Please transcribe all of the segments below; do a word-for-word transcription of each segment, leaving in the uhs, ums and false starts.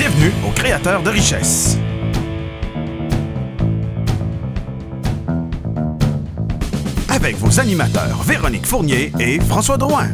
Bienvenue aux Créateurs de richesse. Avec vos animateurs Véronique Fournier et François Drouin.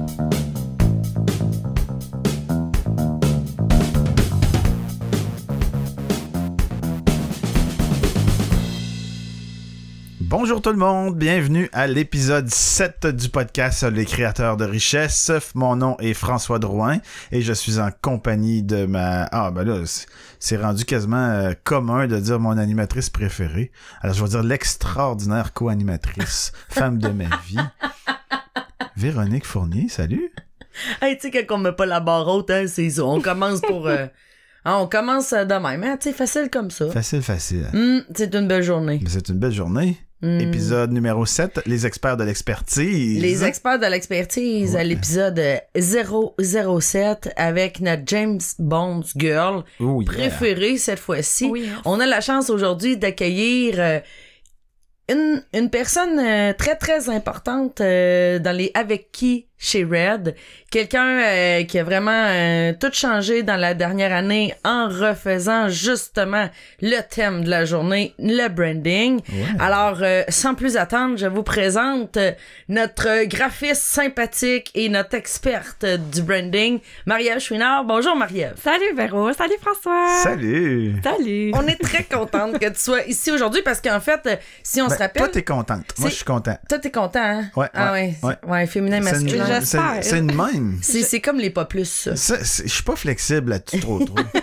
Bonjour tout le monde, bienvenue à l'épisode sept du podcast Les Créateurs de richesse. Mon nom est François Drouin et je suis en compagnie de ma... Ah ben là, c'est, c'est rendu quasiment euh, commun de dire mon animatrice préférée. Alors je vais dire l'extraordinaire co-animatrice, femme de ma vie, Véronique Fournier, salut! Hey, tu sais, quand on met pas la barre haute, hein, c'est ça, on commence pour... Euh... Ah, on commence de même, hein, tu sais, facile comme ça. Facile, facile. Mmh, c'est une belle journée. C'est une belle journée. Mmh. Épisode numéro sept, les experts de l'expertise. Les experts de l'expertise, ouais. À l'épisode zéro zéro sept avec notre James Bond girl oh, yeah. préférée cette fois-ci. Oui. On a la chance aujourd'hui d'accueillir euh, une, une personne euh, très très importante euh, dans les Avec qui chez Red. Quelqu'un euh, qui a vraiment euh, tout changé dans la dernière année en refaisant justement le thème de la journée, le branding. Ouais. Alors, euh, sans plus attendre, je vous présente euh, notre graphiste sympathique et notre experte euh, du branding, Marie-Ève Chouinard. Bonjour Marie-Ève. Salut Véro, salut François. Salut. Salut. On est très contente que tu sois ici aujourd'hui parce qu'en fait, euh, si on ben, se rappelle... Toi, t'es contente. Moi, je suis content. Toi, t'es content, hein? Ouais. Ah ouais. Ouais, ouais. ouais féminin, masculin. C'est, c'est une même. C'est, c'est comme les pas plus, ça. Je suis pas flexible là-dessus trop, trop. Tu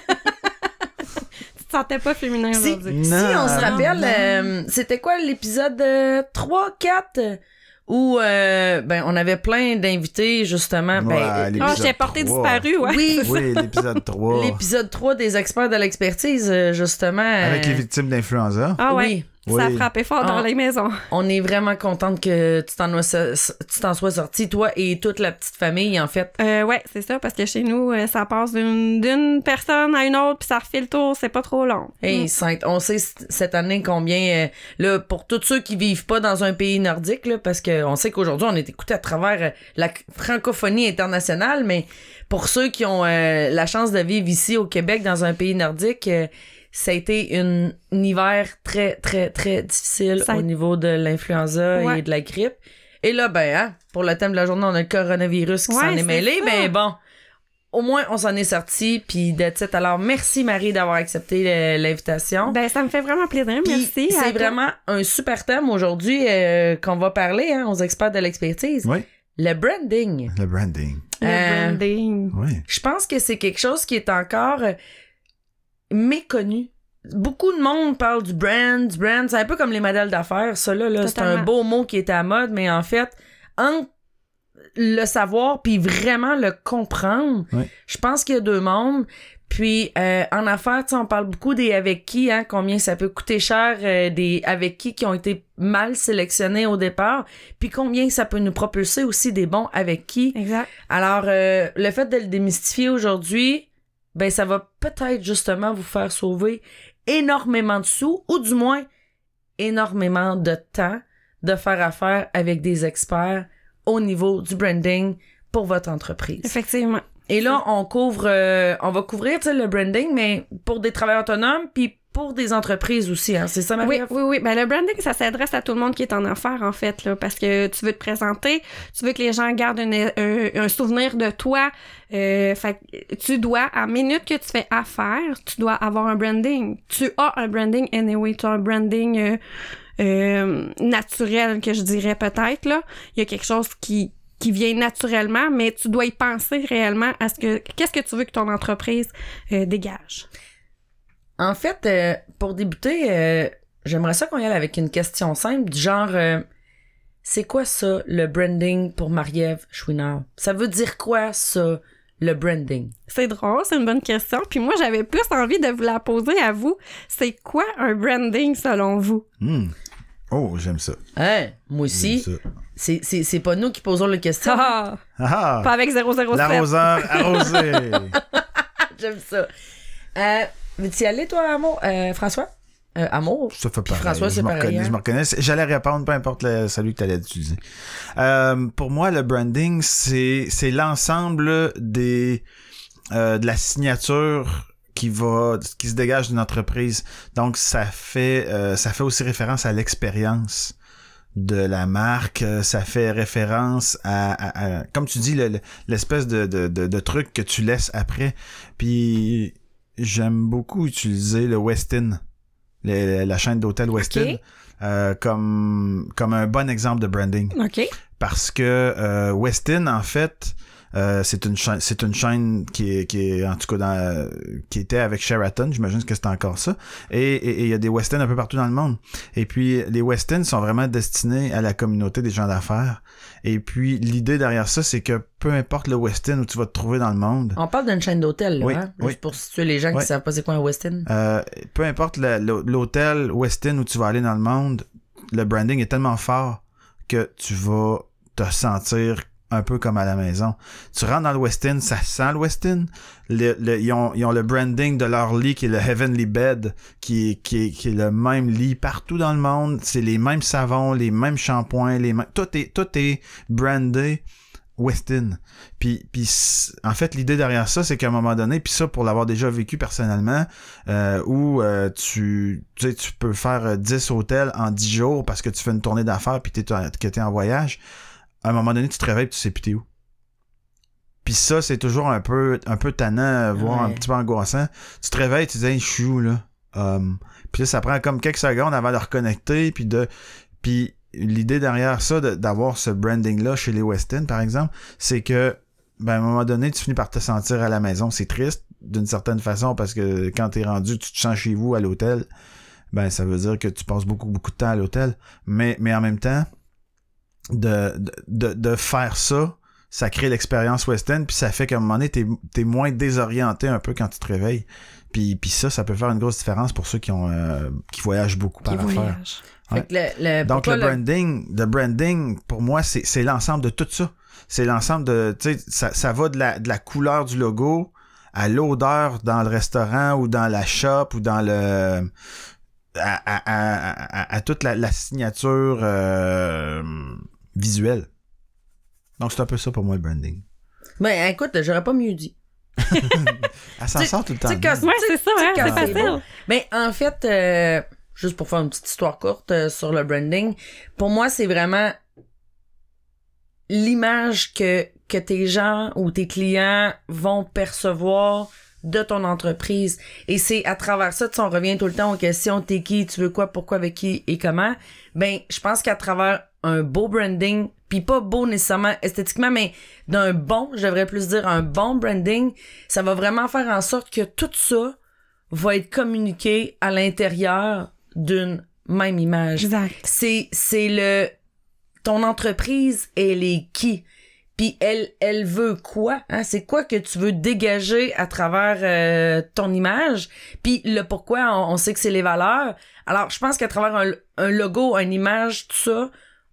te sentais pas féminin si, aujourd'hui? Si, on se rappelle, euh, c'était quoi l'épisode euh, trois, quatre où euh, ben, on avait plein d'invités, justement. Ouais, ben, oh, j'ai porté disparu, ouais. Oui, oui, l'épisode trois. L'épisode trois des experts de l'expertise, justement. Avec euh... les victimes d'influenza. Ah ouais. Oui. Ça oui. a frappé fort dans on, les maisons. On est vraiment contente que tu t'en, tu t'en sois sorti, toi et toute la petite famille, en fait. Euh, ouais, c'est ça, parce que chez nous, ça passe d'une, d'une personne à une autre, puis ça refait le tour, c'est pas trop long. Hey, mm. Sainte, on sait cette année combien, euh, là, pour tous ceux qui vivent pas dans un pays nordique, là, parce qu'on sait qu'aujourd'hui, on est écouté à travers la francophonie internationale, mais pour ceux qui ont euh, la chance de vivre ici au Québec, dans un pays nordique, euh, ça a été une, un hiver très, très, très difficile ça... au niveau de l'influenza ouais. et de la grippe. Et là, ben, hein, pour le thème de la journée, on a le coronavirus qui ouais, s'en est mêlé. Ben bon, au moins, on s'en est sorti. Puis, that's it. Alors, merci, Marie, d'avoir accepté le, l'invitation. Ben, ça me fait vraiment plaisir. Merci. Puis, c'est vraiment un super thème aujourd'hui euh, qu'on va parler hein, aux experts de l'expertise. Oui. Le branding. Le branding. Le euh, branding. Oui. Je pense que c'est quelque chose qui est encore... Euh, méconnu. Beaucoup de monde parle du brand, du brand. C'est un peu comme les modèles d'affaires. Ça, là, là c'est un beau mot qui est à mode, mais en fait, entre le savoir puis vraiment le comprendre, oui. Je pense qu'il y a deux mondes. Puis, euh, en affaires, tu sais, on parle beaucoup des avec qui, hein, combien ça peut coûter cher, euh, des avec qui qui ont été mal sélectionnés au départ, puis combien ça peut nous propulser aussi des bons avec qui. Exact. Alors, euh, le fait de le démystifier aujourd'hui, ben ça va peut-être justement vous faire sauver énormément de sous, ou du moins énormément de temps de faire affaire avec des experts au niveau du branding pour votre entreprise. Effectivement. Et là, on couvre, euh, on va couvrir tu sais, le branding, mais pour des travailleurs autonomes, puis pour des entreprises aussi, hein. C'est ça, Marie-Ève? Oui, oui, oui. Ben, le branding, ça s'adresse à tout le monde qui est en affaires, en fait, là, parce que tu veux te présenter, tu veux que les gens gardent une, un, un souvenir de toi. Euh, fait tu dois, à minute que tu fais affaire, tu dois avoir un branding. Tu as un branding anyway, tu as un branding euh, euh, naturel, que je dirais peut-être, là. Il y a quelque chose qui qui vient naturellement, mais tu dois y penser réellement à ce que qu'est-ce que tu veux que ton entreprise euh, dégage. En fait, euh, pour débuter, euh, j'aimerais ça qu'on y aille avec une question simple du genre euh, c'est quoi ça, le branding pour Marie-Ève Chouinard? Ça veut dire quoi, ça, le branding? C'est drôle, c'est une bonne question. Puis moi, j'avais plus envie de vous la poser à vous. C'est quoi un branding selon vous? Mmh. Oh, j'aime ça. Hein? Moi aussi. J'aime ça. C'est, c'est, c'est pas nous qui posons la question. Ah, ah, pas avec zéro zéro sept. L'arroseur arrosé. J'aime ça. Euh, veux-tu y aller, toi, Amour? Euh, François? Euh, Amour? Ça fait pareil. François, c'est je pareil. Reconnais, hein? Je me reconnais. J'allais répondre, peu importe le, celui que tu allais utiliser. Euh, pour moi, le branding, c'est, c'est l'ensemble des, euh, de la signature qui va qui se dégage d'une entreprise. Donc ça fait euh, ça fait aussi référence à l'expérience de la marque, ça fait référence à, à, à comme tu dis le, le, l'espèce de, de de de truc que tu laisses après. Puis j'aime beaucoup utiliser le Westin, le, la chaîne d'hôtel Westin, okay. euh, comme comme un bon exemple de branding. OK. Parce que euh, Westin en fait Euh, c'est une chaîne, c'est une chaîne qui est, qui est en tout cas dans, qui était avec Sheraton, j'imagine que c'est encore ça. Et il y a des Westin un peu partout dans le monde. Et puis les Westin sont vraiment destinés à la communauté des gens d'affaires. Et puis l'idée derrière ça, c'est que peu importe le Westin où tu vas te trouver dans le monde. On parle d'une chaîne d'hôtel, là, oui, hein? Oui. Juste pour situer les gens qui oui. savent pas c'est quoi un Westin. Euh, peu importe le, l'hôtel Westin où tu vas aller dans le monde, le branding est tellement fort que tu vas te sentir un peu comme à la maison. Tu rentres dans le Westin, ça sent le Westin. Le, le, ils, ont, ils ont le branding de leur lit qui est le Heavenly Bed, qui est, qui est, qui est le même lit partout dans le monde. C'est les mêmes savons, les mêmes shampoings, les mêmes... Tout est, tout est brandé Westin. Puis, puis en fait, l'idée derrière ça, c'est qu'à un moment donné, puis ça, pour l'avoir déjà vécu personnellement, euh, où euh, tu, tu sais, tu peux faire dix hôtels en dix jours parce que tu fais une tournée d'affaires puis t'es, que t'es en voyage. À un moment donné, tu te réveilles et tu sais plus t'es où. Puis ça, c'est toujours un peu un peu tannant, voire ouais. un petit peu angoissant. Tu te réveilles, tu te dis hey, « je suis où, là? Um, » Puis là, ça prend comme quelques secondes avant de reconnecter. Puis de puis l'idée derrière ça, de, d'avoir ce branding-là chez les Westin, par exemple, c'est que ben, à un moment donné, tu finis par te sentir à la maison. C'est triste, d'une certaine façon, parce que quand t'es rendu, tu te sens chez vous à l'hôtel. Ben, ça veut dire que tu passes beaucoup, beaucoup de temps à l'hôtel. Mais, mais en même temps, De, de, de faire ça, ça crée l'expérience Westin, puis ça fait qu'à un moment donné, t'es, t'es moins désorienté un peu quand tu te réveilles. Puis, puis ça, ça peut faire une grosse différence pour ceux qui ont euh, qui voyagent beaucoup par affaire. Ouais. Le, le, Donc le branding, le... le branding, pour moi, c'est, c'est l'ensemble de tout ça. C'est l'ensemble de, tu sais, ça, ça va de la, de la couleur du logo à l'odeur dans le restaurant ou dans la shop ou dans le... à, à, à, à, à toute la, la signature euh, visuelle. Donc, c'est un peu ça pour moi, le branding. Ben, écoute, j'aurais pas mieux dit. Elle s'en sort tout le temps. Ouais, c'est ça, hein, c'est facile. Ben, en fait, euh, juste pour faire une petite histoire courte euh, sur le branding, pour moi, c'est vraiment l'image que, que tes gens ou tes clients vont percevoir de ton entreprise. Et c'est à travers ça, tu sais, on revient tout le temps aux questions, t'es qui, tu veux quoi, pourquoi, avec qui et comment. Ben, je pense qu'à travers un beau branding, puis pas beau nécessairement esthétiquement, mais d'un bon, je devrais plus dire un bon branding, ça va vraiment faire en sorte que tout ça va être communiqué à l'intérieur d'une même image. Exact. C'est, c'est le, ton entreprise, elle est qui? Puis elle, elle veut quoi? Hein? C'est quoi que tu veux dégager à travers euh, ton image? Puis le pourquoi, on, on sait que c'est les valeurs. Alors, je pense qu'à travers un, un logo, une image, tout ça,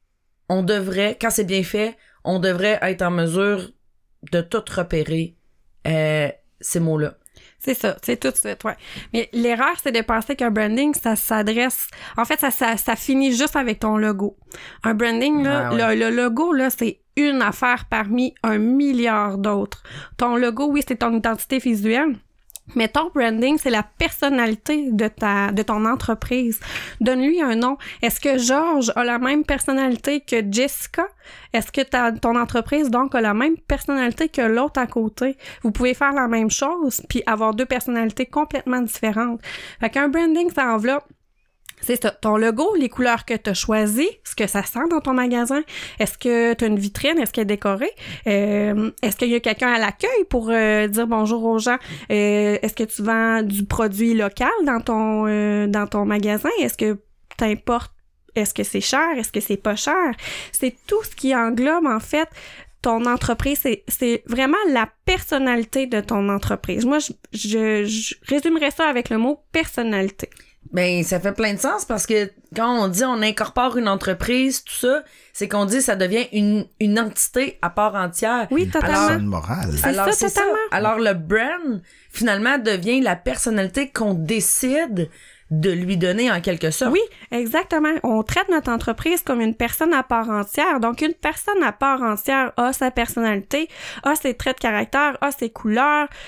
on devrait, quand c'est bien fait, on devrait être en mesure de tout repérer euh, ces mots-là. C'est ça, c'est tout de suite, ouais. Mais l'erreur, c'est de penser qu'un branding, ça s'adresse... En fait, ça, ça, ça finit juste avec ton logo. Un branding, là, ah, ouais. le, le logo, là, c'est une affaire parmi un milliard d'autres. Ton logo, oui, c'est ton identité visuelle, mais ton branding, c'est la personnalité de ta de ton entreprise. Donne-lui un nom. Est-ce que Georges a la même personnalité que Jessica? Est-ce que ta, ton entreprise, donc, a la même personnalité que l'autre à côté? Vous pouvez faire la même chose, puis avoir deux personnalités complètement différentes. Fait qu'un branding, ça enveloppe c'est ça, ton logo, les couleurs que tu as choisies, ce que ça sent dans ton magasin. Est-ce que tu as une vitrine? Est-ce qu'elle est décorée? Euh, est-ce qu'il y a quelqu'un à l'accueil pour euh, dire bonjour aux gens? Euh, est-ce que tu vends du produit local dans ton euh, dans ton magasin? Est-ce que t'importes? Est-ce que c'est cher? Est-ce que c'est pas cher? C'est tout ce qui englobe, en fait, ton entreprise. C'est, c'est vraiment la personnalité de ton entreprise. Moi, je, je, je résumerais ça avec le mot personnalité. Ben, ça fait plein de sens parce que quand on dit on incorpore une entreprise, tout ça, c'est qu'on dit ça devient une, une entité à part entière. Oui, totalement. Alors, une morale. C'est alors, ça, c'est totalement. Ça. Alors, le brand, finalement, devient la personnalité qu'on décide de lui donner en quelque sorte. Oui, exactement. On traite notre entreprise comme une personne à part entière. Donc, une personne à part entière a sa personnalité, a ses traits de caractère, a ses couleurs.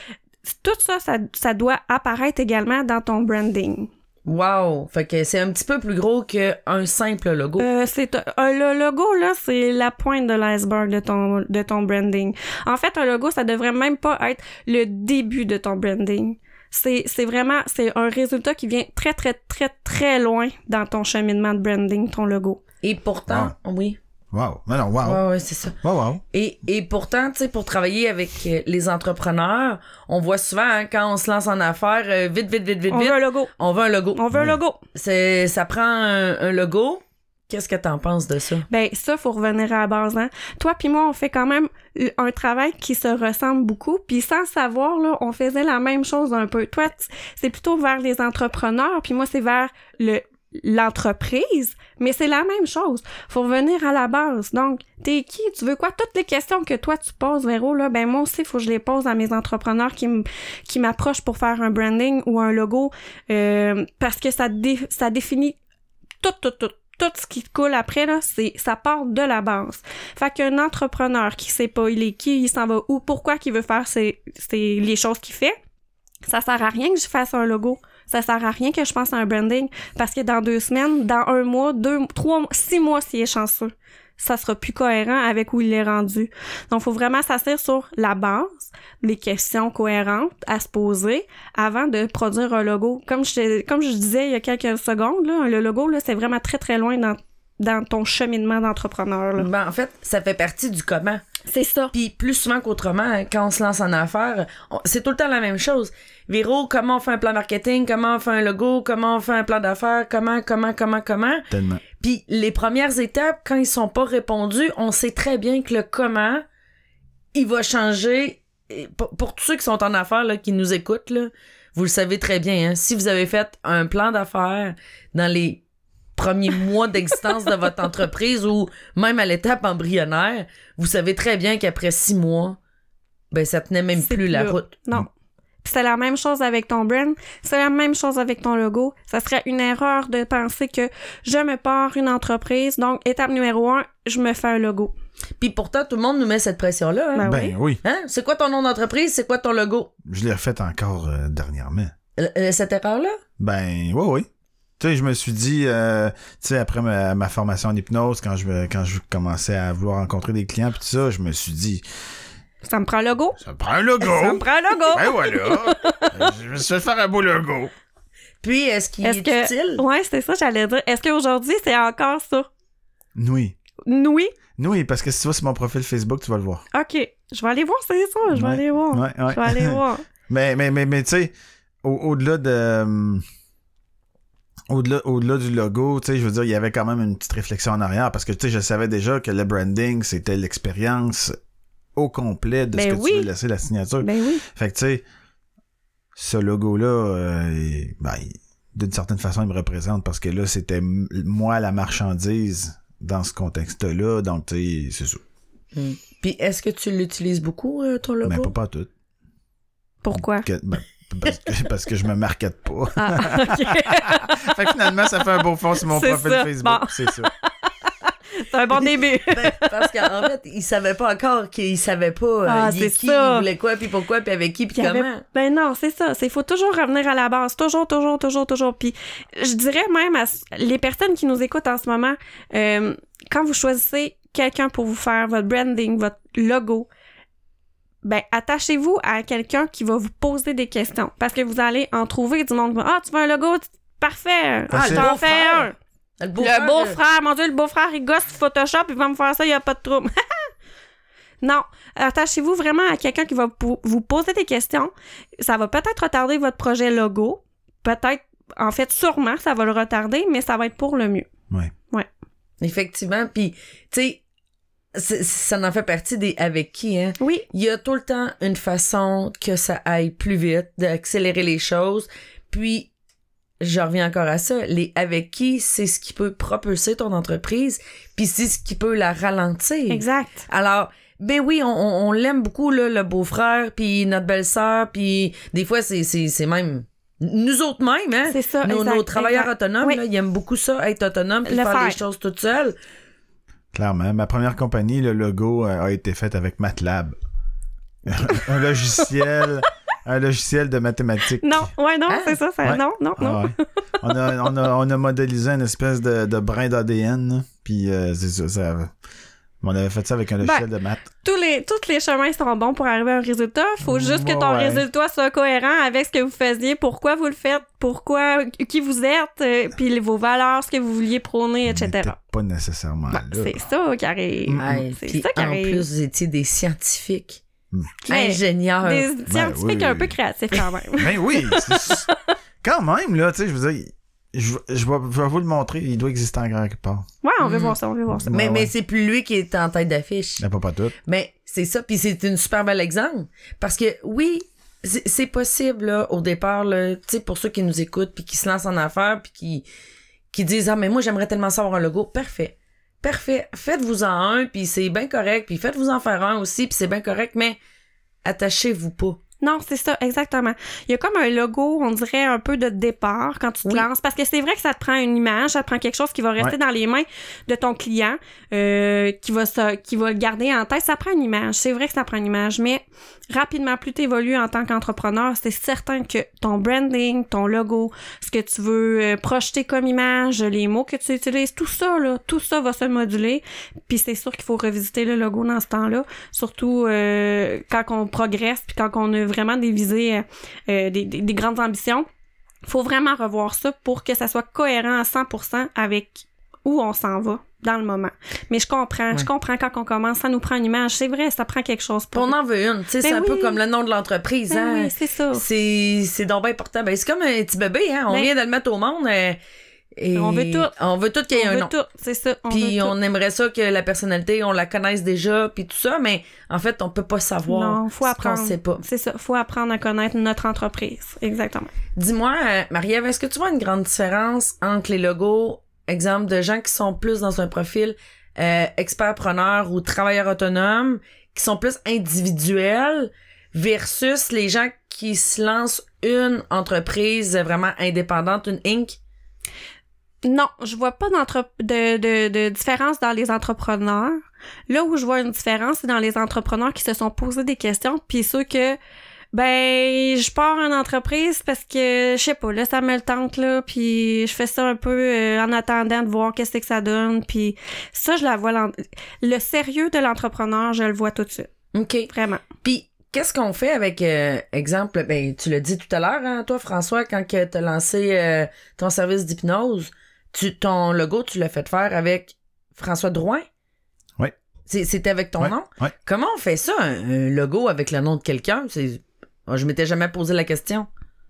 tout ça, ça, ça doit apparaître également dans ton branding. Wow! Fait que c'est un petit peu plus gros qu'un simple logo. Euh, c'est, euh, le logo, là, c'est la pointe de l'iceberg de ton, de ton branding. En fait, un logo, ça devrait même pas être le début de ton branding. C'est, c'est vraiment, c'est un résultat qui vient très, très, très, très loin dans ton cheminement de branding, ton logo. Et pourtant, wow. oui. Wow! Non, non, wow! Ouais, ouais, c'est ça. Wow, wow. Et, et pourtant, tu sais, pour travailler avec les entrepreneurs, on voit souvent, hein, quand on se lance en affaires, euh, vite, vite, vite, vite, on vite. On veut un logo. On veut un logo. On veut oui. un logo. C'est, ça prend un, un logo. Qu'est-ce que t'en penses de ça? Ben, ça, faut revenir à la base, hein. Toi puis moi, on fait quand même un travail qui se ressemble beaucoup, puis sans savoir, là, on faisait la même chose un peu. Toi, c'est plutôt vers les entrepreneurs, puis moi, c'est vers le l'entreprise, mais c'est la même chose. Faut revenir à la base. Donc, t'es qui? Tu veux quoi? Toutes les questions que toi, tu poses, Véro, là, ben moi aussi, faut que je les pose à mes entrepreneurs qui, m- qui m'approchent pour faire un branding ou un logo, euh, parce que ça, dé- ça définit tout, tout, tout. Tout ce qui coule après, là, c'est, ça part de la base. Fait qu'un entrepreneur qui sait pas il est qui, il s'en va où, pourquoi qu'il veut faire ces, ces, les choses qu'il fait, ça sert à rien que je fasse un logo. Ça sert à rien que je pense à un branding, parce que dans deux semaines, dans un mois, deux, trois, six mois s'il est chanceux, ça sera plus cohérent avec où il est rendu. Donc, faut vraiment s'asseoir sur la base, les questions cohérentes à se poser avant de produire un logo. Comme je, comme je disais il y a quelques secondes, là, le logo, là, c'est vraiment très, très loin dans, dans ton cheminement d'entrepreneur, là. Ben, en fait, ça fait partie du comment. C'est ça. Puis plus souvent qu'autrement, quand on se lance en affaires, on, c'est tout le temps la même chose. Véro, comment on fait un plan marketing, comment on fait un logo, comment on fait un plan d'affaires, comment, comment, comment, comment. Tellement. Puis les premières étapes, quand ils sont pas répondus, on sait très bien que le comment, il va changer. Et pour, pour tous ceux qui sont en affaires, là, qui nous écoutent, là, vous le savez très bien, hein, si vous avez fait un plan d'affaires dans les premiers mois d'existence de votre entreprise ou même à l'étape embryonnaire, vous savez très bien qu'après six mois, ben ça tenait même c'est plus plus la là. route. Non. Puis c'est la même chose avec ton brand, c'est la même chose avec ton logo. Ça serait une erreur de penser que je me pars une entreprise, donc étape numéro un, je me fais un logo. Puis pourtant, tout le monde nous met cette pression-là. Hein? Ben, Ben oui. Hein? C'est quoi ton nom d'entreprise? C'est quoi ton logo? Je l'ai refait encore euh, dernièrement. Euh, euh, cette erreur-là? Ben, oui, oui. Tu sais, je me suis dit, euh, tu sais, après ma, ma formation en hypnose, quand je, quand je commençais à vouloir rencontrer des clients pis tout ça, je me suis dit... Ça me prend un logo. Ça me prend un logo. Ça me prend un logo. Ben voilà. Je me suis fait faire un beau logo. Puis, est-ce qu'il Est-ce est que... utile? Ouais, c'est ça, j'allais dire. Est-ce qu'aujourd'hui, c'est encore ça? Oui. Oui. Oui, parce que si tu vas sur mon profil Facebook, tu vas le voir. OK. Je vais aller voir, c'est ça. Je vais Ouais. aller voir. Ouais, ouais. Je vais aller voir. mais, mais, mais, mais tu sais, au, au-delà de... euh, Au-delà, au-delà du logo, tu sais, je veux dire, il y avait quand même une petite réflexion en arrière parce que, tu sais, je savais déjà que le branding, c'était l'expérience au complet de Ben ce que oui. tu veux laisser la signature. Ben oui. Fait que, tu sais, ce logo-là, euh, il- ben, il- d'une certaine façon, il me représente parce que là, c'était m- moi la marchandise dans ce contexte-là. Donc, tu sais, c'est ça. Hmm. Puis, est-ce que tu l'utilises beaucoup, euh, ton logo? Ben, pas, pas tout. Pourquoi? Que- ben, parce, que, parce que je me markete pas. Ah, OK. Fait que finalement, ça fait un beau fond sur mon C'est profil ça. Facebook. Bon. C'est ça. C'est un bon début. Ben, parce qu'en fait, il savait pas encore qu'il savait pas euh, Ah, il est c'est qui, ça. il voulait quoi, puis pourquoi, puis avec qui, puis Il y avait- comment. Ben non, c'est ça. Il faut toujours revenir à la base. Toujours, toujours, toujours, toujours. Puis je dirais même à s- les personnes qui nous écoutent en ce moment, euh, quand vous choisissez quelqu'un pour vous faire votre branding, votre logo, ben attachez-vous à quelqu'un qui va vous poser des questions. Parce que vous allez en trouver du monde. Ah, tu veux un logo? Parfait. Ah, Facile. j'en fais un. Le Le beau-frère, beau-frère, mon Dieu, le beau-frère, il gosse Photoshop, il va me faire ça, il n'y a pas de trouble. Non, attachez-vous vraiment à quelqu'un qui va pou- vous poser des questions. Ça va peut-être retarder votre projet logo. Peut-être, en fait, sûrement, ça va le retarder, mais ça va être pour le mieux. Ouais. Ouais. Effectivement, puis, tu sais, c'est- ça en fait partie des avec qui, hein. Oui. Il y a tout le temps une façon que ça aille plus vite, d'accélérer les choses. Puis, je reviens encore à ça, les avec qui, c'est ce qui peut propulser ton entreprise, puis c'est ce qui peut la ralentir. Exact. Alors, ben oui, on, on, on l'aime beaucoup, là, le beau-frère, puis notre belle-sœur, puis des fois, c'est, c'est, c'est même... Nous autres même, hein? C'est ça, Nos, exact, nos travailleurs exact. autonomes, Oui. là, ils aiment beaucoup ça, être autonome, puis Le faire, faire. les choses toutes seules. Clairement. Ma première compagnie, le logo euh, a été fait avec MATLAB. Un logiciel un logiciel de mathématiques. Non, ouais, non, Ah. c'est ça. ça Ouais. Non, non, non. Ah ouais. on, a, on, a, on a modélisé une espèce de, de brin d'A D N, puis euh, c'est ça, ça... On avait fait ça avec un logiciel Ben, de maths. Tous les, tous les chemins sont bons pour arriver à un résultat. Faut juste que ton Ouais. résultat soit cohérent avec ce que vous faisiez, pourquoi vous le faites, pourquoi, qui vous êtes, euh, puis les- vos valeurs, ce que vous vouliez prôner, et On était cetera. pas nécessairement Ben, là. c'est ça qui arrive. Ouais, C'est puis ça qui en arrive. plus, vous étiez des scientifiques. Mais Ingénieurs. Des scientifiques oui, un oui. peu créatifs quand même. Ben oui! c'est- Quand même, là, tu sais, je veux dire... Je, je, vais, je vais vous le montrer, il doit exister en quelque part. Ouais, on veut Mm. voir ça, on veut voir ça. Mais, Ouais, mais ouais. c'est plus lui qui est en tête d'affiche. Mais pas, pas tout. Mais c'est ça, puis c'est une super bel exemple. Parce que oui, c'est c'est possible, là, au départ, là, tu sais, pour ceux qui nous écoutent, puis qui se lancent en affaires, puis qui, qui disent « Ah, mais moi, j'aimerais tellement savoir un logo. » Parfait. Parfait. Faites-vous-en un, puis c'est bien correct, puis faites-vous en faire un aussi, puis c'est bien correct, mais attachez-vous pas. Non, c'est ça, exactement. Il y a comme un logo, on dirait un peu de départ quand tu te Oui. lances, parce que c'est vrai que ça te prend une image, ça te prend quelque chose qui va rester Ouais. dans les mains de ton client, euh, qui va se, qui va le garder en tête. Ça prend une image, c'est vrai que ça prend une image, mais rapidement, plus tu évolues en tant qu'entrepreneur, c'est certain que ton branding, ton logo, ce que tu veux euh, projeter comme image, les mots que tu utilises, tout ça, là, tout ça va se moduler. Puis c'est sûr qu'il faut revisiter le logo dans ce temps-là, surtout euh, quand on progresse, puis quand on a vraiment des visées, euh, des, des, des grandes ambitions. Faut vraiment revoir ça pour que ça soit cohérent à cent pour cent avec où on s'en va dans le moment. Mais je comprends, Ouais. je comprends quand on commence, ça nous prend une image. C'est vrai, ça prend quelque chose Puis pour... on en veut une, tu sais, Ben c'est un peu oui. comme le nom de l'entreprise, Ben hein. oui, c'est ça. C'est, c'est donc bien important. Ben, c'est comme un petit bébé, hein. On Ben- vient de le mettre au monde. euh, et On veut tout. On veut tout qu'il y ait On un veut nom. tout, c'est ça. On Puis veut tout. on aimerait ça que la personnalité, on la connaisse déjà, puis tout ça, mais en fait, on peut pas savoir Non, faut ce apprendre. qu'on sait pas. C'est ça, faut apprendre à connaître notre entreprise. Exactement. Dis-moi, euh, Marie-Ève, est-ce que tu vois une grande différence entre les logos, exemple, de gens qui sont plus dans un profil euh, expert-preneur ou travailleur autonome, qui sont plus individuels, versus les gens qui se lancent une entreprise vraiment indépendante, une Inc? Non, je vois pas d'entre- de, de, de différence dans les entrepreneurs. Là où je vois une différence, c'est dans les entrepreneurs qui se sont posés des questions, puis ceux que, ben, je pars en entreprise parce que, je sais pas, là, ça me le tente, là, puis je fais ça un peu euh, en attendant de voir qu'est-ce que ça donne, puis ça, je la vois, l'en- le sérieux de l'entrepreneur, je le vois tout de suite, OK. vraiment. Puis, qu'est-ce qu'on fait avec, euh, exemple, ben, tu l'as dit tout à l'heure, hein, toi, François, quand tu as lancé euh, ton service d'hypnose, tu, ton logo, tu l'as fait faire avec François Drouin? Oui. C'est- C'était avec ton Ouais, nom? ouais. Comment on fait ça, un, un logo avec le nom de quelqu'un? C'est... Moi, je m'étais jamais posé la question.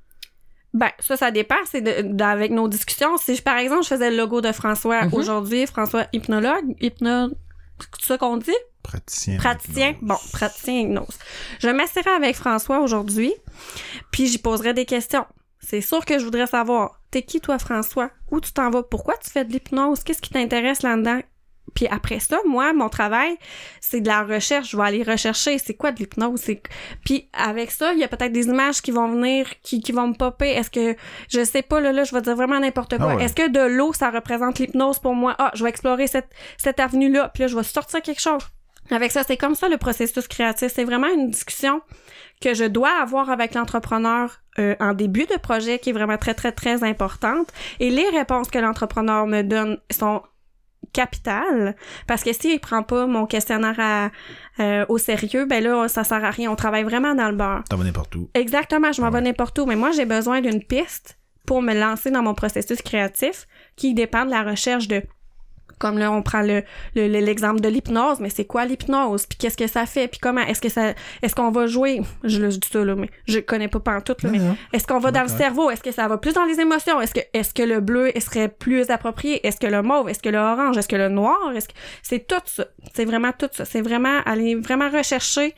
Ben, ça, ça dépend. C'est de, de- avec nos discussions. Si, je, par exemple, je faisais le logo de François Mhm. aujourd'hui, François hypnologue, hypno... C'est ça qu'on dit? Praticien. Praticien. d'hypnose. Bon, praticien hypnose. Je m'assierais avec François aujourd'hui, puis j'y poserais des questions. C'est sûr que je voudrais savoir, t'es qui toi, François? Où tu t'en vas? Pourquoi tu fais de l'hypnose? Qu'est-ce qui t'intéresse là-dedans? Puis après ça, moi, mon travail, c'est de la recherche. Je vais aller rechercher c'est quoi de l'hypnose. C'est... Puis avec ça, il y a peut-être des images qui vont venir, qui, qui vont me popper. Est-ce que, je sais pas, là, là, je vais dire vraiment n'importe quoi. Ah ouais. Est-ce que de l'eau, ça représente l'hypnose pour moi? Ah, je vais explorer cette, cette avenue-là, puis là, je vais sortir quelque chose. Avec ça, c'est comme ça le processus créatif. C'est vraiment une discussion que je dois avoir avec l'entrepreneur euh, en début de projet qui est vraiment très, très, très importante. Et les réponses que l'entrepreneur me donne sont capitales, parce que s'il prend pas mon questionnaire à, euh, au sérieux, ben là, ça sert à rien. On travaille vraiment dans le beurre. T'en vas n'importe où. Exactement, je m'en vais Ouais. n'importe où. Mais moi, j'ai besoin d'une piste pour me lancer dans mon processus créatif qui dépend de la recherche de... Comme là, on prend le, le, le- l'exemple de l'hypnose, mais c'est quoi l'hypnose? Puis qu'est-ce que ça fait? Puis comment? Est-ce que ça, est-ce qu'on va jouer? Je, je dis ça, là, mais je connais pas pantoute, là, Non, mais non. est-ce qu'on va dans le D'accord. cerveau? Est-ce que ça va plus dans les émotions? Est-ce que, est-ce que le bleu serait plus approprié? Est-ce que le mauve? Est-ce que le orange? Est-ce que le noir? Est-ce que, c'est tout ça. C'est vraiment tout ça. C'est vraiment aller vraiment rechercher,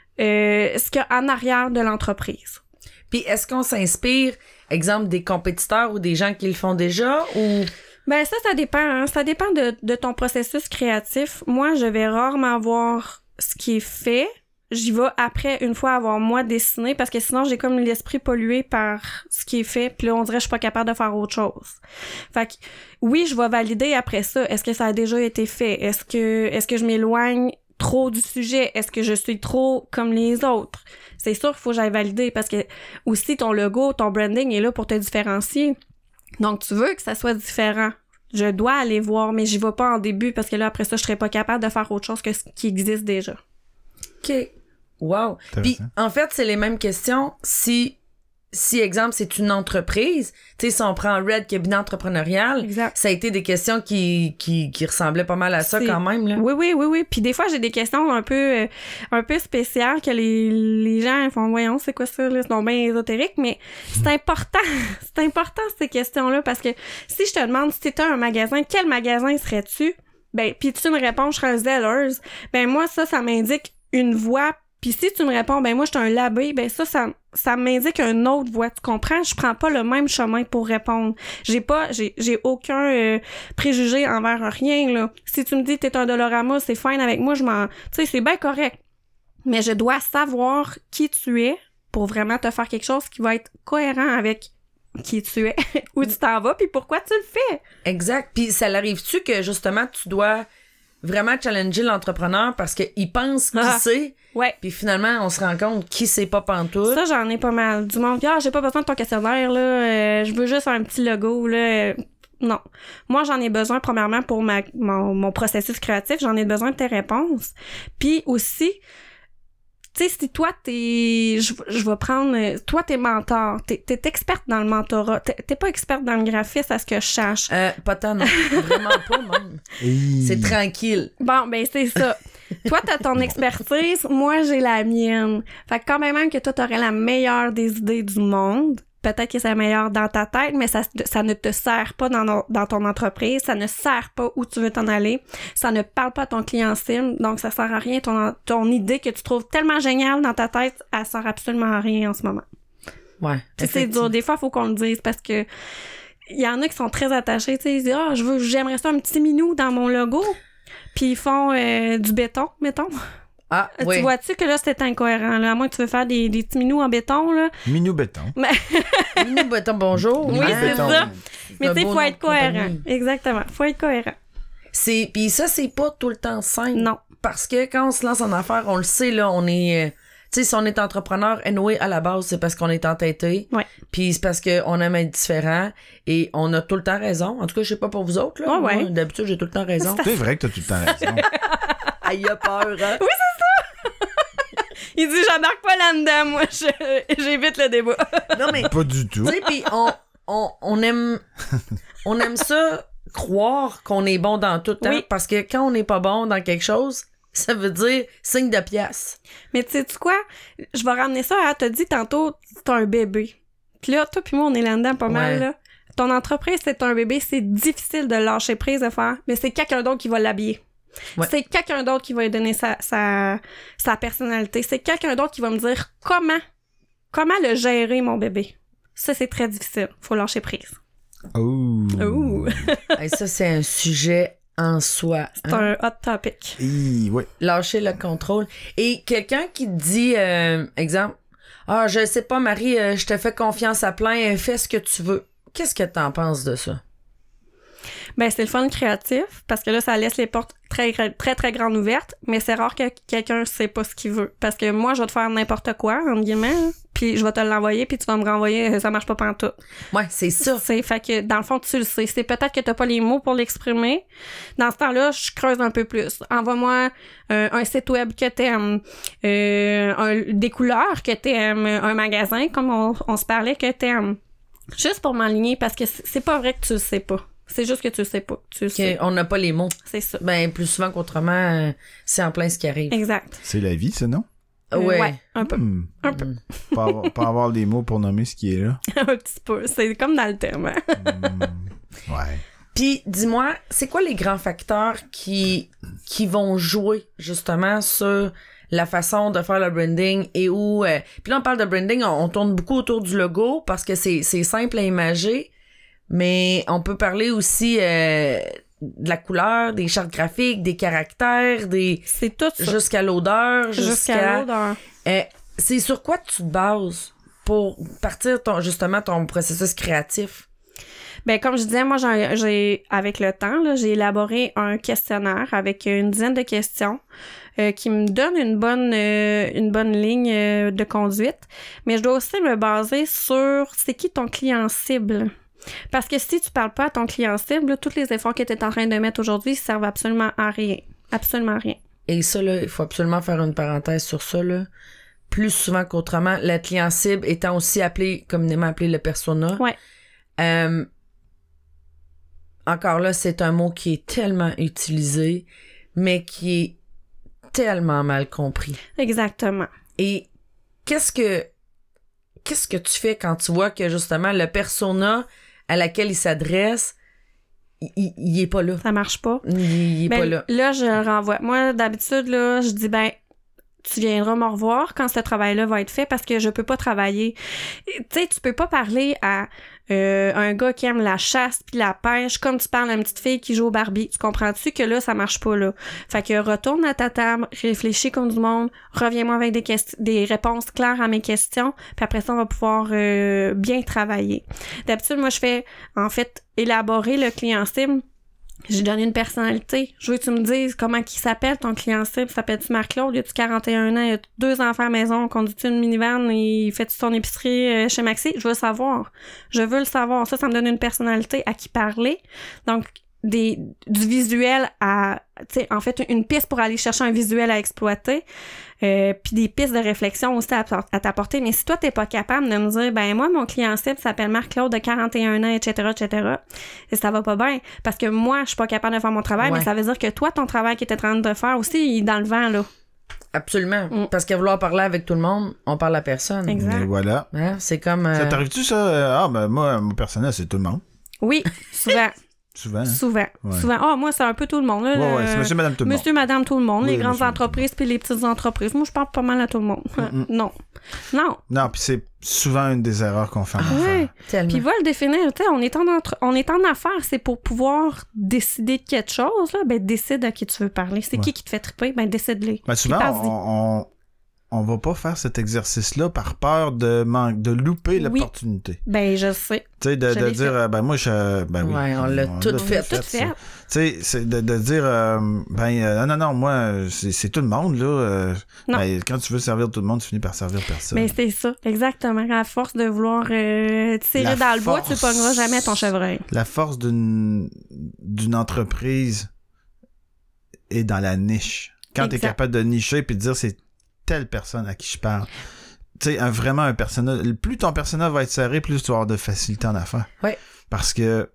euh, ce qu'il y a en arrière de l'entreprise. Puis, est-ce qu'on s'inspire, exemple, des compétiteurs ou des gens qui le font déjà, ou... Ben ça, ça dépend. Hein. Ça dépend de, de ton processus créatif. Moi, je vais rarement voir ce qui est fait. J'y vais après, une fois avoir moi dessiné, parce que sinon, j'ai comme l'esprit pollué par ce qui est fait, puis là, on dirait que je suis pas capable de faire autre chose. Fait que, oui, je vais valider après ça. Est-ce que ça a déjà été fait? Est-ce que est-ce que je m'éloigne trop du sujet? Est-ce que je suis trop comme les autres? C'est sûr qu'il faut que j'aille valider parce que aussi ton logo, ton branding est là pour te différencier. Donc, tu veux que ça soit différent. Je dois aller voir, mais j'y vais pas en début parce que là, après ça, je serais pas capable de faire autre chose que ce qui existe déjà. OK. Wow. Puis, en fait, c'est les mêmes questions si... Si, exemple, c'est une entreprise, tu sais, si on prend Red Cabinet Entrepreneurial, exact. Ça a été des questions qui, qui, qui ressemblaient pas mal à ça c'est... quand même, là. Oui, oui, oui, oui. Puis des fois, j'ai des questions un peu, euh, un peu spéciales que les, les gens font, voyons, c'est quoi ça, là? C'est donc bien ésotérique, mais c'est important. C'est important, ces questions-là, parce que si je te demande si t'étais un magasin, quel magasin serais-tu? Ben, puis tu me réponds, je serais un Zellers. Ben, moi, ça, ça m'indique une voie. Puis si tu me réponds, ben moi, je suis un labé, ben ça, ça, ça m'indique une autre voie. Tu comprends? Je prends pas le même chemin pour répondre. J'ai pas, j'ai, j'ai aucun euh, préjugé envers rien, là. Si tu me dis que t'es un Dolorama, c'est fine avec moi, je m'en... Tu sais, c'est bien correct. Mais je dois savoir qui tu es pour vraiment te faire quelque chose qui va être cohérent avec qui tu es, où tu t'en vas, puis pourquoi tu le fais. Exact. Puis ça l'arrive-tu que, justement, tu dois vraiment challenger l'entrepreneur parce qu'il pense qu'il ah. sait... Ouais. Puis finalement, on se rend compte qui sait pas pantoute. Ça, j'en ai pas mal. Du monde, ah, j'ai pas besoin de ton questionnaire, là. Euh, je veux juste un petit logo, là. Euh, non. Moi, j'en ai besoin, premièrement, pour ma, mon, mon processus créatif. J'en ai besoin de tes réponses. Puis aussi, tu sais, si toi, t'es... Je, je vais prendre... Toi, t'es mentor. T'es, t'es experte dans le mentorat. T'es, t'es pas experte dans le graphisme, à ce que je cherche. Euh, pas tant, non. Vraiment pas, même. C'est tranquille. Bon, ben c'est ça. Toi, t'as ton expertise, moi, j'ai la mienne. Fait que quand même que toi, t'aurais la meilleure des idées du monde, peut-être que c'est la meilleure dans ta tête, mais ça, ça ne te sert pas dans, no, dans ton entreprise, ça ne sert pas où tu veux t'en aller, ça ne parle pas à ton client cible, donc ça sert à rien. Ton, ton idée que tu trouves tellement géniale dans ta tête, elle sert absolument à rien en ce moment. Ouais. C'est dur. Des fois, il faut qu'on le dise parce que il y en a qui sont très attachés, tu sais, ils disent « Ah, oh, je veux, j'aimerais ça un petit minou dans mon logo ». Puis ils font euh, du béton, mettons. Ah, tu oui. vois-tu que là, c'est incohérent, là? À moins que tu veux faire des, des petits minous en béton, là. Minou béton. Mais... Minou béton, bonjour. Oui, c'est béton. ça. Mais tu sais, il faut être cohérent. Exactement. Faut être cohérent. C'est... Puis ça, c'est pas tout le temps simple. Non. Parce que quand on se lance en affaires, on le sait, là, on est... Tu sais, si on est entrepreneur, anyway, à la base, c'est parce qu'on est entêté. Ouais. Puis c'est parce qu'on aime être différent. Et on a tout le temps raison. En tout cas, je sais pas pour vous autres, là. Oh, ouais. Moi, d'habitude, j'ai tout le temps raison. C'est vrai que t'as tout le temps raison. Ah, il a peur, hein? Oui, c'est ça! Il dit, j'embarque pas là-dedans, moi, je... j'évite le débat. Non, mais... Pas du tout. Tu sais, puis on, on, on aime... on aime ça, croire qu'on est bon dans tout, hein? Oui. Parce que quand on n'est pas bon dans quelque chose... Ça veut dire signe de pièce. Mais tu sais-tu quoi? Je vais ramener ça à... T'as dit tantôt, c'est un bébé. Puis là, toi puis moi, on est là-dedans pas ouais. mal, là. Ton entreprise, c'est un bébé. C'est difficile de lâcher prise de faire. Mais c'est quelqu'un d'autre qui va l'habiller. Ouais. C'est quelqu'un d'autre qui va lui donner sa, sa, sa personnalité. C'est quelqu'un d'autre qui va me dire comment, comment le gérer, mon bébé. Ça, c'est très difficile. Faut lâcher prise. Oh! Oh! Et ça, c'est un sujet... en soi. C'est hein? un hot topic. Et, oui. Lâcher le contrôle. Et quelqu'un qui te dit, euh, exemple, « Ah, je sais pas, Marie, euh, je te fais confiance à plein, fais ce que tu veux. » Qu'est-ce que t'en penses de ça? Ben, c'est le fun créatif, parce que là, ça laisse les portes très, très, très grandes ouvertes, mais c'est rare que quelqu'un sait pas ce qu'il veut. Parce que moi, je vais te faire n'importe quoi, entre guillemets, puis je vais te l'envoyer, puis tu vas me renvoyer, ça marche pas pantoute. Ouais, c'est ça. C'est, fait que, dans le fond, tu le sais. C'est peut-être que t'as pas les mots pour l'exprimer. Dans ce temps-là, je creuse un peu plus. Envoie-moi euh, un site web que t'aimes, euh, un, des couleurs que t'aimes, un magasin, comme on, on se parlait, que t'aimes. Juste pour m'aligner, parce que c'est pas vrai que tu le sais pas. C'est juste que tu le sais pas. Tu le sais. On n'a pas les mots. C'est ça. Ben, plus souvent qu'autrement, euh, c'est en plein ce qui arrive. Exact. C'est la vie, ça, non? Euh, ouais. ouais. Un peu. Mmh. Un peu. Mmh. Pas, avoir, pas avoir les mots pour nommer ce qui est là. Un petit peu. C'est comme dans le terme. Mmh. Ouais. Puis, dis-moi, c'est quoi les grands facteurs qui, qui vont jouer, justement, sur la façon de faire le branding et où... Euh... Puis là, on parle de branding, on, on tourne beaucoup autour du logo parce que c'est, c'est simple à imager, mais on peut parler aussi euh, de la couleur, des chartes graphiques, des caractères, des... C'est tout ça. Jusqu'à l'odeur, jusqu'à... Jusqu'à l'odeur. Euh, c'est sur quoi tu te bases pour partir, ton, justement, ton processus créatif? Ben, comme je disais, moi, j'ai, j'ai avec le temps, là, j'ai élaboré un questionnaire avec une dizaine de questions euh, qui me donne une bonne euh, une bonne ligne euh, de conduite. Mais je dois aussi me baser sur c'est qui ton client cible. Parce que si tu parles pas à ton client cible, là, tous les efforts que tu es en train de mettre aujourd'hui servent absolument à rien. Absolument rien. Et ça, là, il faut absolument faire une parenthèse sur ça, là. Plus souvent qu'autrement, le client cible étant aussi appelé, communément appelé le persona. Ouais. Euh, encore là, c'est un mot qui est tellement utilisé, mais qui est tellement mal compris. Exactement. Et qu'est-ce que qu'est-ce que tu fais quand tu vois que justement le persona à laquelle il s'adresse, il, il est pas là. Ça marche pas. Il, il est ben, pas là. Là, je le renvoie. Moi, d'habitude, là, je dis, ben, tu viendras me revoir quand ce travail-là va être fait parce que je peux pas travailler. Tu sais, tu peux pas parler à euh, un gars qui aime la chasse puis la pêche comme tu parles à une petite fille qui joue au Barbie. Tu comprends-tu que là, ça marche pas, là? Fait que retourne à ta table, réfléchis comme du monde, reviens-moi avec des questions, des réponses claires à mes questions, puis après ça, on va pouvoir euh, bien travailler. D'habitude, moi, je fais, en fait, élaborer le client cible. J'ai donné une personnalité. Je veux que tu me dises comment il s'appelle, ton client cible. S'appelle-tu Marc-Claude? Il a-tu quarante et un ans? Il a deux enfants à la maison? Conduit-tu une minivan? Il fait-tu son épicerie chez Maxi? Je veux savoir. Je veux le savoir. Ça, ça me donne une personnalité à qui parler. Donc, des, du visuel à, tu sais, en fait, une piste pour aller chercher un visuel à exploiter, euh, puis des pistes de réflexion aussi à, à t'apporter. Mais si toi, t'es pas capable de me dire, ben moi, mon client cible s'appelle Marc-Claude de quarante et un ans, et cetera, et cetera, et ça va pas bien, parce que moi, je suis pas capable de faire mon travail, ouais. Mais ça veut dire que toi, ton travail que t'es en train de faire aussi, il est dans le vent, là. Absolument. Mm. Parce qu'à vouloir parler avec tout le monde, on parle à personne. Exact. Et voilà. Hein? C'est comme... Euh... Ça t'arrive-tu, ça? Ah, ben moi, mon personnel, c'est tout le monde. Oui, souvent. Souvent. Hein? Souvent. Ouais. Souvent. Ah, oh, moi, c'est un peu tout le monde. Là, ouais, le... ouais, c'est monsieur, madame, tout le monde. Monsieur, madame, tout le monde. Oui, les grandes monsieur, entreprises puis les petites entreprises. Moi, je parle pas mal à tout le monde. Mm-hmm. Non. Non. Non, puis c'est souvent une des erreurs qu'on fait en ah, affaires. Oui. Puis va le définir. Tu sais, on est en entre... on est en affaires, c'est pour pouvoir décider de quelque chose. Là. Ben, décide à qui tu veux parler. C'est ouais. qui qui te fait triper? Ben, décide-les. Ben, souvent, on, on, on va pas faire cet exercice-là par peur de manque, de louper oui. l'opportunité. Ben, je sais. Tu sais, de, de dire, fait. ben moi, je... Ben oui. Ouais, on l'a on tout fait. fait, tout fait. Tu sais, c'est de, de dire, euh, ben, euh, non, non, non, moi, c'est, c'est tout le monde, là. Euh, non. Ben, quand tu veux servir tout le monde, tu finis par servir personne. Ben, c'est ça, exactement. À force de vouloir euh, tirer la dans force, le bois, tu pogneras jamais ton chevreuil. La force d'une, d'une entreprise est dans la niche. Quand tu es capable de nicher puis de dire, c'est telle personne à qui je parle. Tu sais, un, vraiment un personnage. Plus ton personnage va être serré, plus tu vas avoir de facilité en affaires. Oui. Parce que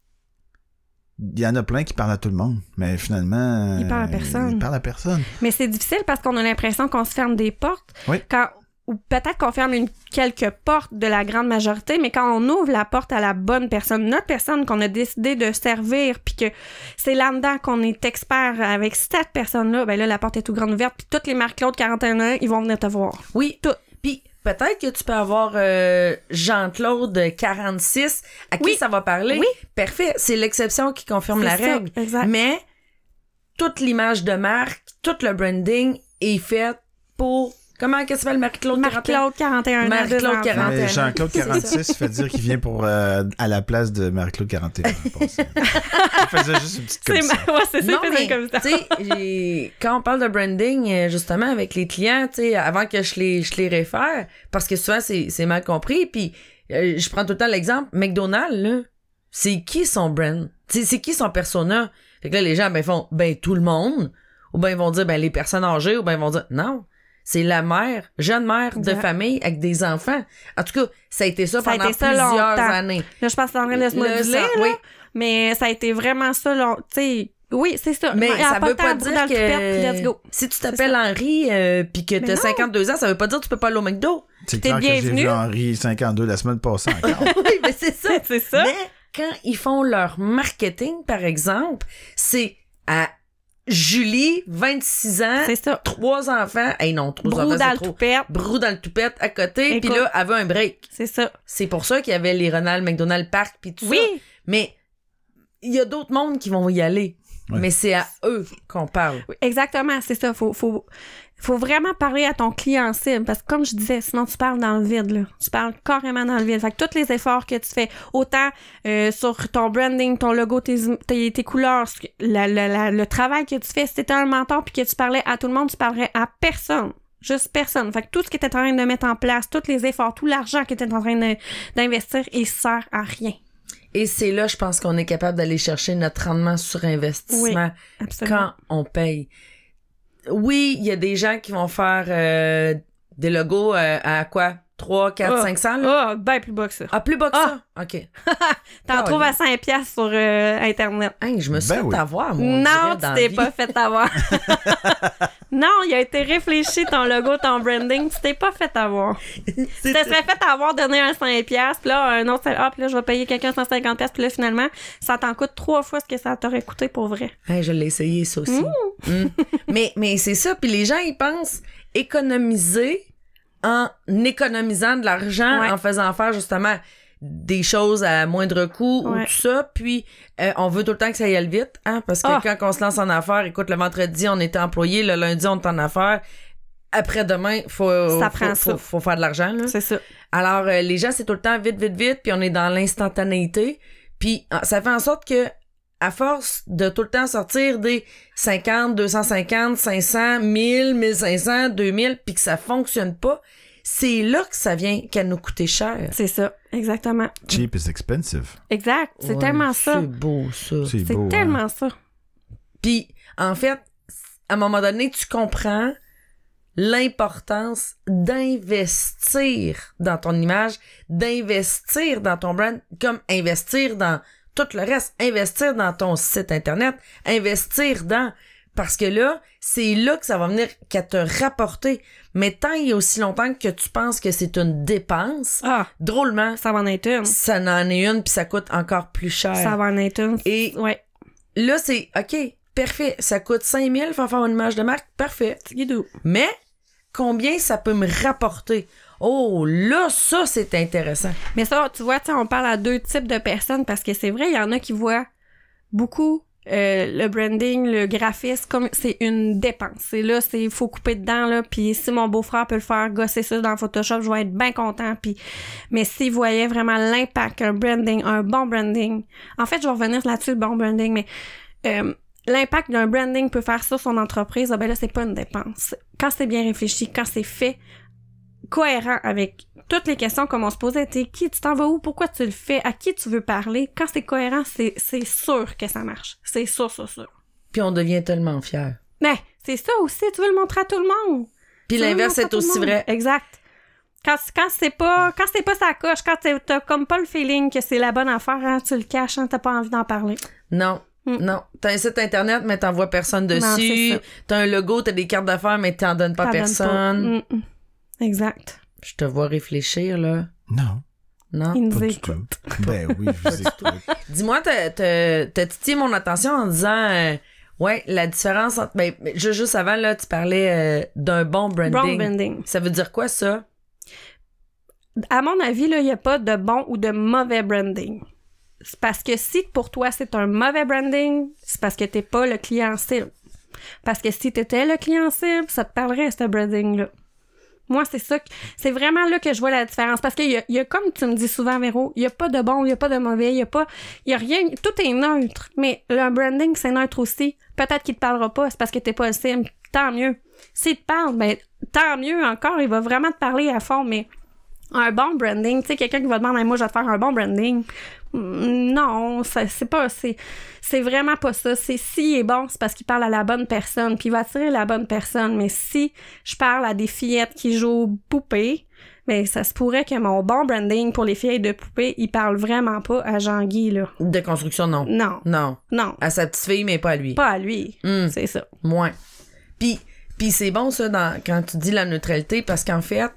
il y en a plein qui parlent à tout le monde, mais finalement... Ils parlent à personne. Ils parlent à personne. Mais c'est difficile parce qu'on a l'impression qu'on se ferme des portes. Oui. Quand... Ou peut-être qu'on ferme une, quelques portes de la grande majorité, mais quand on ouvre la porte à la bonne personne, notre personne qu'on a décidé de servir, puis que c'est là-dedans qu'on est expert avec cette personne-là, ben là, la porte est tout grande ouverte, puis toutes les Marc-Claude quarante et un ans, ils vont venir te voir. Oui, toutes. Puis peut-être que tu peux avoir euh, Jean-Claude quarante-six à qui oui. ça va parler. Oui. Parfait. C'est l'exception qui confirme c'est la ça, règle. Exact. Mais toute l'image de marque, tout le branding est fait pour... Comment qu'est-ce que s'appelle Marie-Claude Marie-Claude quarante et un ans. Marie-Claude quarante et un ans. Jean-Claude quarante-six fait dire qu'il vient pour euh, à la place de Marie-Claude quarante et un ans. Il faisait juste une petite comme c'est ça. Ma... Ouais, c'est ça, non, il mais, comme ça. Tu sais, quand on parle de branding, justement, avec les clients, tu sais, avant que je les, je les réfère, parce que souvent, c'est, c'est mal compris, puis euh, je prends tout le temps l'exemple, McDonald's, là, c'est qui son brand? T'sais, c'est qui son persona? Fait que là, les gens, ben, font, ben, tout le monde, ou ben, ils vont dire, ben, les personnes âgées, ou ben, ils vont dire, non. C'est la mère, jeune mère de ouais. famille avec des enfants. En tout cas, ça a été ça, ça pendant été ça plusieurs longtemps. années. Là, je pense que c'est en train de se moduler, là, oui. Mais ça a été vraiment ça, long... tu sais... Oui, c'est ça. Mais il ça veut pas dire que let's go. si tu t'appelles Henri euh, puis que t'as mais cinquante-deux ans, ça veut pas dire que tu peux pas aller au McDo. C'est clair bienvenue. Que j'ai vu Henri cinquante-deux la semaine passée encore. Oui, mais c'est ça. c'est ça. Mais quand ils font leur marketing, par exemple, c'est à Julie, vingt-six ans, c'est ça. trois enfants. Hey non, trois Brou enfants, dans c'est le trop. Toupette. Brou dans le toupette à côté. Puis là, elle veut un break. C'est ça. C'est pour ça qu'il y avait les Ronald McDonald Park puis tout oui. ça. Mais il y a d'autres mondes qui vont y aller. Ouais. Mais c'est à eux qu'on parle. Oui, exactement, c'est ça. Faut, faut... faut vraiment parler à ton client cible parce que comme je disais, sinon tu parles dans le vide, là. Tu parles carrément dans le vide. Fait que tous les efforts que tu fais, autant euh, sur ton branding, ton logo, tes, tes, tes couleurs, la, la, la, le travail que tu fais, si t'étais un mentor puis que tu parlais à tout le monde, tu parlerais à personne. Juste personne. Fait que tout ce que tu es en train de mettre en place, tous les efforts, tout l'argent que tu es en train de, d'investir, il sert à rien. Et c'est là, je pense qu'on est capable d'aller chercher notre rendement sur investissement oui, quand on paye. Oui, il y a des gens qui vont faire euh, des logos euh, à quoi? trois, quatre, cinq cents? Ah, oh, ben plus bas que ça. Ah, plus bas que ah. ça? OK. T'en oh, trouves à cinq piastres sur euh, Internet. Hey, je me suis ben fait oui. avoir, moi. Non, tu t'es pas fait avoir. Non, il a été réfléchi, ton logo, ton branding. Tu t'es pas fait avoir. Tu te serais fait avoir, donner un cinq piastres, puis là, un autre, ah, puis là, je vais payer quelqu'un cent cinquante piastres, puis là, finalement, ça t'en coûte trois fois ce que ça t'aurait coûté pour vrai. Hey, je l'ai essayé, ça aussi. Mmh. Mmh. mais, mais c'est ça, puis les gens, ils pensent économiser en économisant de l'argent, ouais. en faisant faire justement des choses à moindre coût ouais. ou tout ça, puis euh, on veut tout le temps que ça y aille vite, hein, parce que oh. quand on se lance en affaires, écoute, le vendredi, on était employé, le lundi, on est en affaires, après-demain, faut, ça faut, prend faut, ça. faut faire de l'argent, là. C'est ça. Alors, euh, les gens, c'est tout le temps vite, vite, vite, puis on est dans l'instantanéité, puis ça fait en sorte que à force de tout le temps sortir des cinquante, deux cent cinquante, cinq cents, mille, mille cinq cents, deux mille, puis que ça fonctionne pas, c'est là que ça vient qu'à nous coûter cher. C'est ça, exactement. Cheap is expensive. Exact, c'est ouais, tellement ça. C'est beau, ça. C'est, c'est beau, tellement hein? ça. Puis, en fait, à un moment donné, tu comprends l'importance d'investir dans ton image, d'investir dans ton brand, comme investir dans tout le reste, investir dans ton site Internet, investir dans... Parce que là, c'est là que ça va venir qu'à te rapporter. Mais tant il y a aussi longtemps que tu penses que c'est une dépense, ah, drôlement, ça va en être une. Ça en est une, puis ça coûte encore plus cher. Ça va en être une. Et ouais. là, c'est, OK, parfait, ça coûte cinq mille, faut faire une image de marque, parfait. Mais combien ça peut me rapporter? Oh, là, ça, c'est intéressant. Mais ça, tu vois, tu sais, on parle à deux types de personnes parce que c'est vrai, il y en a qui voient beaucoup euh, le branding, le graphisme, comme c'est une dépense. C'est là, c'est faut couper dedans, là, puis si mon beau-frère peut le faire, gosser ça dans Photoshop, je vais être bien content. Puis, mais s'il voyait vraiment l'impact qu'un branding, un bon branding, en fait, je vais revenir là-dessus, le bon branding, mais euh, l'impact d'un branding peut faire sur son entreprise, ah ben là, c'est pas une dépense. Quand c'est bien réfléchi, quand c'est fait cohérent avec toutes les questions comme on se posait, t'es qui, tu t'en vas où, pourquoi tu le fais, à qui tu veux parler, quand c'est cohérent, c'est, c'est sûr que ça marche. C'est sûr, sûr, sûr. Puis on devient tellement fiers. Mais c'est ça aussi, tu veux le montrer à tout le monde. Puis l'inverse est aussi vrai. Exact. Quand, quand c'est pas quand c'est pas sa coche, quand t'as comme pas le feeling que c'est la bonne affaire, hein, tu le caches, hein, t'as pas envie d'en parler. Non. Mm. Non, t'as un site internet, mais t'envoies personne dessus. Non, t'as un logo, t'as des cartes d'affaires, mais t'en donnes pas t'en personne. Pas. Exact. Je te vois réfléchir, là. Non. Non? Il nous pas écoute. Du tout. Ben oui, je vous écoute. Dis-moi, t'as, t'as, t'as titillé mon attention en disant, euh, ouais, la différence entre... Ben, juste avant, là, tu parlais euh, d'un bon branding. Bon branding. Ça veut dire quoi, ça? À mon avis, là, il n'y a pas de bon ou de mauvais branding. C'est parce que si pour toi, c'est un mauvais branding, c'est parce que t'es pas le client cible. Parce que si t'étais le client cible, ça te parlerait, ce branding-là. Moi, c'est ça, que, c'est vraiment là que je vois la différence. Parce qu'il y a, il y a comme tu me dis souvent, Véro, il y a pas de bon, il y a pas de mauvais, il y a pas, il y a rien, tout est neutre. Mais le branding, c'est neutre aussi. Peut-être qu'il te parlera pas, c'est parce que t'es pas le cible. Tant mieux. S'il te parle, ben, tant mieux encore, il va vraiment te parler à fond, mais un bon branding, tu sais, quelqu'un qui va demander, moi, je vais te faire un bon branding. Non, ça, c'est pas, c'est, c'est vraiment pas ça. C'est s'il est bon, c'est parce qu'il parle à la bonne personne, puis il va attirer la bonne personne. Mais si je parle à des fillettes qui jouent aux poupées, ben, ça se pourrait que mon bon branding pour les filles de poupées, il parle vraiment pas à Jean-Guy, là. De construction, non. Non. Non. Non. À sa petite fille, mais pas à lui. Pas à lui. Mm. C'est ça. Moins. Puis, puis c'est bon, ça, dans, quand tu dis la neutralité, parce qu'en fait,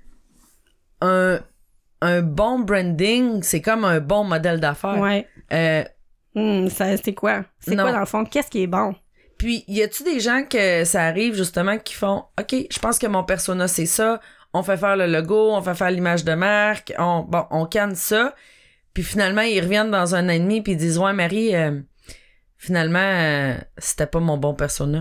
un... un bon branding, c'est comme un bon modèle d'affaires. Ouais. Euh, mmh, ça, c'est quoi? C'est non. quoi, dans le fond? Qu'est-ce qui est bon? Puis, y a-tu des gens que ça arrive, justement, qui font « OK, je pense que mon persona, c'est ça. On fait faire le logo, on fait faire l'image de marque. On, bon, on canne ça. » Puis finalement, ils reviennent dans un an et demi puis ils disent « Ouais, Marie, euh, finalement, euh, c'était pas mon bon persona. »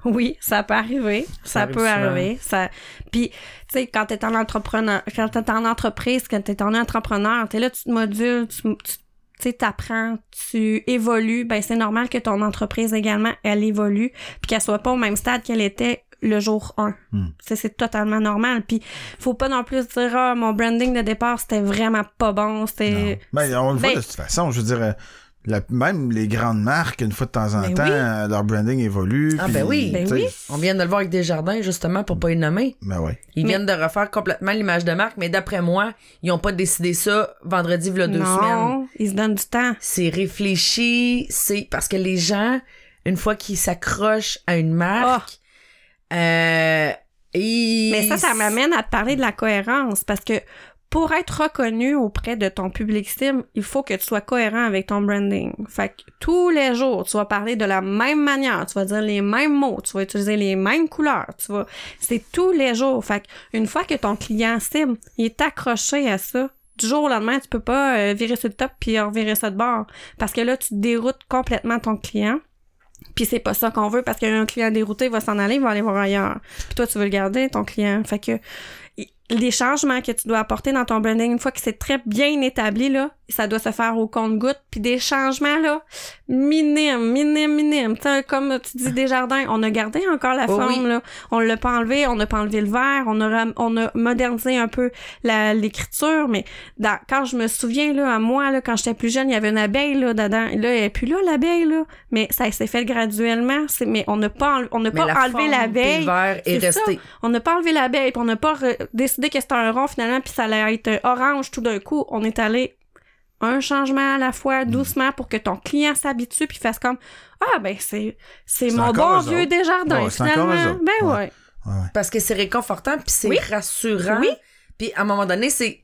Oui, ça peut arriver. Ça, ça peut souvent. arriver. Ça... Puis, tu sais, quand t'es en entrepreneur, quand t'es en entreprise, quand t'es en entrepreneur, t'es là, tu te modules, tu, tu tu sais, t'apprends, tu évolues, ben c'est normal que ton entreprise également, elle évolue, puis qu'elle soit pas au même stade qu'elle était le jour un. Hmm. C'est, c'est totalement normal. Puis, faut pas non plus dire, ah, mon branding de départ, c'était vraiment pas bon, c'était... Ben, on le voit ben, de toute façon, je veux dire... La, même les grandes marques, une fois de temps en ben temps, oui. leur branding évolue. Ah pis, ben oui, ben oui. On vient de le voir avec Desjardins, justement, pour pas les nommer. Ben oui. Ils mais... viennent de refaire complètement l'image de marque, mais d'après moi, ils ont pas décidé ça vendredi, v'là deux non, semaines. Non, ils se donnent du temps. C'est réfléchi, c'est... Parce que les gens, une fois qu'ils s'accrochent à une marque, oh. euh... ils... Mais ça, ça m'amène à te parler de la cohérence, parce que pour être reconnu auprès de ton public cible, il faut que tu sois cohérent avec ton branding. Fait que tous les jours, tu vas parler de la même manière, tu vas dire les mêmes mots, tu vas utiliser les mêmes couleurs, tu vas... C'est tous les jours. Fait qu'une fois que ton client cible, il est accroché à ça, du jour au lendemain, tu peux pas euh, virer sur le top puis revirer ça de bord. Parce que là, tu déroutes complètement ton client. Puis c'est pas ça qu'on veut, parce qu'un client dérouté, il va s'en aller, il va aller voir ailleurs. Puis toi, tu veux le garder, ton client. Fait que les changements que tu dois apporter dans ton branding, une fois que c'est très bien établi, là, ça doit se faire au compte-gouttes, puis des changements, là, minimes, minimes, minimes. T'sais, comme tu dis, Desjardins, on a gardé encore la oh, forme, oui. là. On l'a pas enlevé, on n'a pas enlevé le vert, on a, on a modernisé un peu la, l'écriture, mais dans, quand je me souviens, là, à moi, là, quand j'étais plus jeune, il y avait une abeille, là, dedans. Là, elle est plus là, l'abeille, là. Mais ça s'est fait graduellement, c'est, mais on n'a pas, enlevé, on n'a pas la enlevé l'abeille. Le vert est, est resté. Ça. On n'a pas enlevé l'abeille, puis on n'a pas re- décidé que c'était un rond, finalement, puis ça allait être orange tout d'un coup. On est allé un changement à la fois, doucement, pour que ton client s'habitue puis fasse comme ah ben c'est c'est, c'est mon bon vieux Desjardins, ouais, finalement. Ben ouais. Ouais, ouais. Parce que c'est réconfortant puis c'est oui. rassurant. Oui. Puis à un moment donné, c'est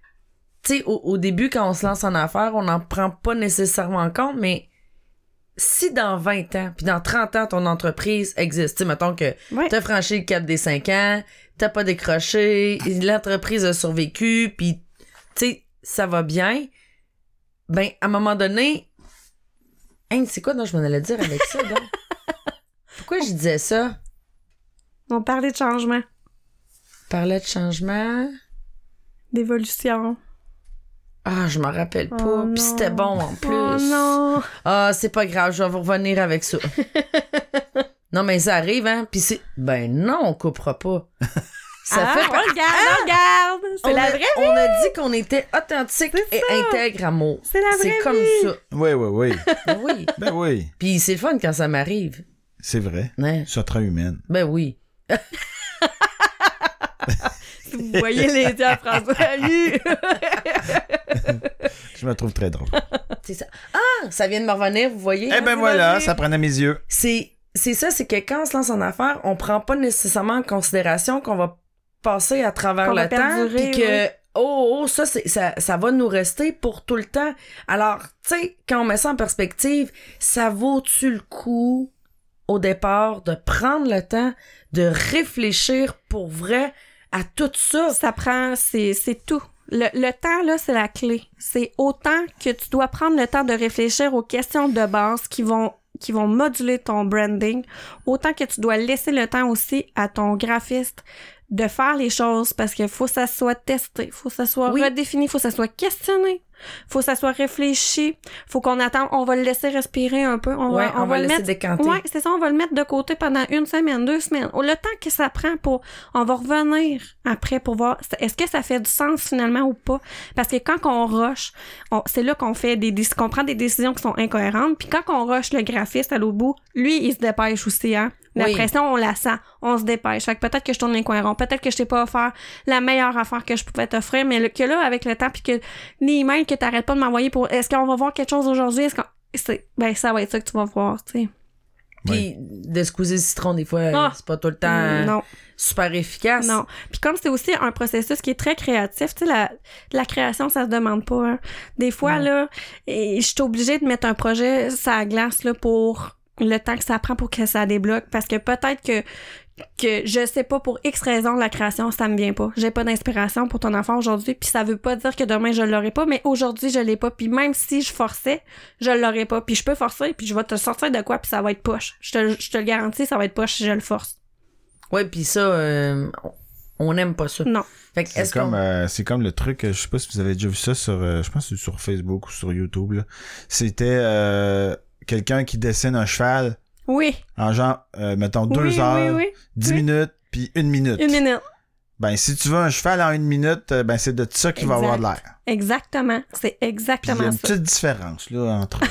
tu sais au, au début quand on se lance en affaires, on n'en prend pas nécessairement compte, mais si dans vingt ans, puis dans trente ans, ton entreprise existe, tu sais, mettons que ouais. t'as franchi le cap des cinq ans, t'as pas décroché, l'entreprise a survécu, puis tu sais, ça va bien, ben, à un moment donné, hein, c'est quoi dont je m'en allais dire avec ça, donc? Pourquoi je disais ça? On parlait de changement. Parlait de changement? D'évolution. Ah, je m'en rappelle pas. Oh Puis c'était bon en plus. Oh non! Ah, c'est pas grave, je vais vous revenir avec ça. Non, mais ça arrive, hein? Puis c'est... Ben non, on coupera pas. Ça ah, fait... on regarde, ah! on regarde! C'est on la a, vraie vie! On a dit qu'on était authentique et intègre, amour. C'est la vraie C'est comme vie. ça. Oui, oui, oui. Ben oui. Ben oui. Puis c'est le fun quand ça m'arrive. C'est vrai. Ouais. Ça très humaine. Ben oui. Vous voyez les yeux à François, lui! Je me trouve très drôle. C'est ça. Ah, ça vient de me revenir, vous voyez? Eh ben voilà, ça prenait mes yeux. C'est, c'est ça, c'est que quand on se lance en affaires, on prend pas nécessairement en considération qu'on va passer à travers qu'on le va temps, puis que, oui. oh, oh, ça, c'est, ça, ça va nous rester pour tout le temps. Alors, tu sais, quand on met ça en perspective, ça vaut-tu le coup, au départ, de prendre le temps de réfléchir pour vrai à tout ça? Ça prend, c'est, c'est tout. Le, le temps, là, c'est la clé. C'est autant que tu dois prendre le temps de réfléchir aux questions de base qui vont qui vont moduler ton branding, autant que tu dois laisser le temps aussi à ton graphiste de faire les choses, parce qu'il faut que ça soit testé, faut que ça soit oui. redéfini, faut que ça soit questionné, faut que ça soit réfléchi, faut qu'on attende, on va le laisser respirer un peu, on ouais, va, on, on va va le laisser mettre, décanter. Ouais, c'est ça, on va le mettre de côté pendant une semaine, deux semaines. Le temps que ça prend pour, on va revenir après pour voir, est-ce que ça fait du sens finalement ou pas? Parce que quand on rush, on, c'est là qu'on fait des, qu'on prend des décisions qui sont incohérentes, puis quand on rush le graphiste à l'autre bout, lui, il se dépêche aussi, hein? La oui. pression, on la sent. On se dépêche. Fait que peut-être que je tourne incohérent. Peut-être que je t'ai pas offert la meilleure affaire que je pouvais t'offrir, mais le, que là, avec le temps, puis que les emails que t'arrêtes pas de m'envoyer pour est-ce qu'on va voir quelque chose aujourd'hui? Est-ce qu'on... C'est... Ben, ça va être ça que tu vas voir, tu sais. Puis, oui. de squeezer le citron, des fois, ah, c'est pas tout le temps euh, non. super efficace. Non. Puis comme c'est aussi un processus qui est très créatif, tu sais, la, la création, ça se demande pas. Hein. Des fois, non. là, je suis obligée de mettre un projet sur la glace, là, pour le temps que ça prend pour que ça débloque, parce que peut-être que que je sais pas pour X raison la création ça me vient pas. J'ai pas d'inspiration pour ton enfant aujourd'hui, puis ça veut pas dire que demain je l'aurai pas, mais aujourd'hui je l'ai pas, puis même si je forçais, je l'aurais pas, puis je peux forcer, puis je vais te sortir de quoi, puis ça va être poche. Je te je te le garantis, ça va être poche si je le force. Ouais, puis ça euh, on n'aime pas ça. Non. Fait que, c'est comme euh, c'est comme le truc, je sais pas si vous avez déjà vu ça sur euh, je pense que c'est sur Facebook ou sur YouTube là. C'était euh, quelqu'un qui dessine un cheval. Oui. En genre, euh, mettons, deux oui, heures, oui, oui. dix oui. minutes, puis une minute. Une minute. Ben, si tu veux un cheval en une minute, ben, c'est de ça qu'il exact. va avoir de l'air. Exactement. C'est exactement ça. Il y a une ça. petite différence, là, entre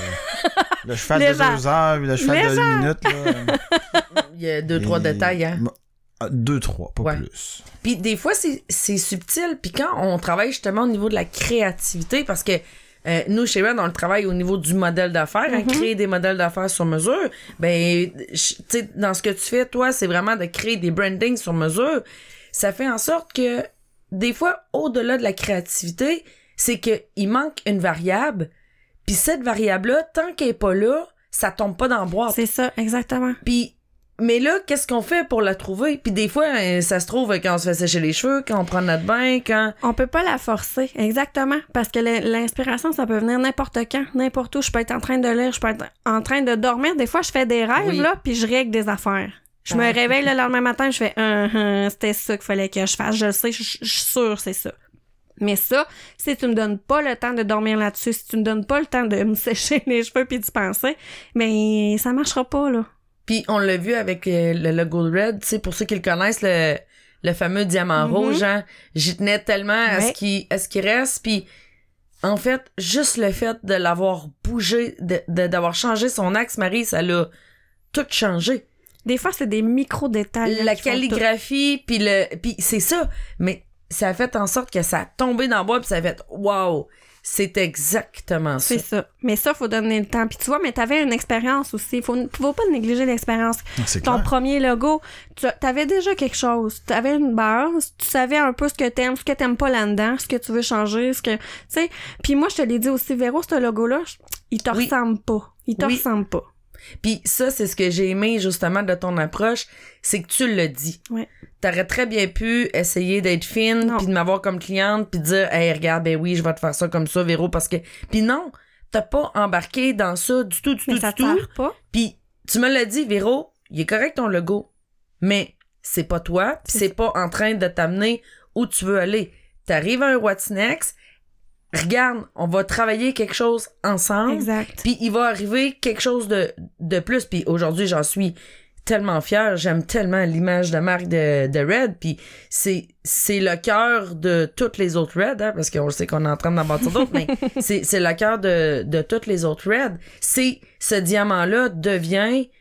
le cheval de deux heures et le cheval Légère. de une minute, là. Il y a deux, et... trois détails, hein. Deux, trois, pas ouais. plus. Puis des fois, c'est, c'est subtil. Puis quand on travaille justement au niveau de la créativité, parce que Euh, nous, chez Red, on le travaille au niveau du modèle d'affaires, mm-hmm. à créer des modèles d'affaires sur mesure. Ben, tu sais, dans ce que tu fais, toi, c'est vraiment de créer des brandings sur mesure. Ça fait en sorte que, des fois, au-delà de la créativité, c'est qu'il manque une variable. Puis cette variable-là, tant qu'elle est pas là, ça tombe pas dans le boîte. C'est ça, exactement. Puis mais là, qu'est-ce qu'on fait pour la trouver? Puis des fois, ça se trouve quand on se fait sécher les cheveux, quand on prend notre bain, quand... On peut pas la forcer, exactement. Parce que l'inspiration, ça peut venir n'importe quand, n'importe où. Je peux être en train de lire, je peux être en train de dormir. Des fois, je fais des rêves, oui. là, puis je règle des affaires. Je ah, me réveille le lendemain matin, je fais uh, uh, c'était ça qu'il fallait que je fasse. Je le sais, je suis sûre, c'est ça. Mais ça, si tu me donnes pas le temps de dormir là-dessus, si tu me donnes pas le temps de me sécher les cheveux puis d'y penser, ben ça marchera pas, là. Puis on l'a vu avec euh, le logo de Red, tu sais, pour ceux qui le connaissent, le, le fameux diamant mm-hmm. rouge, hein, j'y tenais tellement à, ouais. ce qu'il, à ce qu'il reste, puis en fait, juste le fait de l'avoir bougé, de, de, d'avoir changé son axe, Marie, ça l'a tout changé. Des fois, c'est des micro-détails. La calligraphie, puis le, puis c'est ça, mais ça a fait en sorte que ça a tombé dans le bois, puis ça a fait « wow ». C'est exactement ça. C'est ça. Mais ça, faut donner le temps. Puis tu vois, mais t'avais une expérience aussi. Faut, faut pas négliger l'expérience. C'est Ton clair. premier logo, tu avais déjà quelque chose. Tu avais une base. Tu savais un peu ce que t'aimes, ce que t'aimes pas là-dedans, ce que tu veux changer, ce que... Tu sais, puis moi, je te l'ai dit aussi, Véro, ce logo-là, il te oui. ressemble pas. Il te oui. ressemble pas. Puis ça, c'est ce que j'ai aimé justement de ton approche, c'est que tu le dis. Ouais. T'aurais très bien pu essayer d'être fine, puis de m'avoir comme cliente, puis de dire « Hey, regarde, ben oui, je vais te faire ça comme ça, Véro, parce que... » Puis non, t'as pas embarqué dans ça du tout, du mais tout, ça du tout. Pas. Puis tu me l'as dit, Véro, il est correct ton logo, mais c'est pas toi, puis c'est, c'est pas en train de t'amener où tu veux aller. T'arrives à un What's Next, regarde, on va travailler quelque chose ensemble. Exact. Puis il va arriver quelque chose de, de plus. Puis aujourd'hui, j'en suis tellement fière. J'aime tellement l'image de marque de, de Red. Puis c'est, c'est le cœur de toutes les autres Red, hein, parce qu'on le sait qu'on est en train d'en bâtir d'autres, mais c'est, c'est le cœur de, de toutes les autres Red. C'est ce diamant-là devient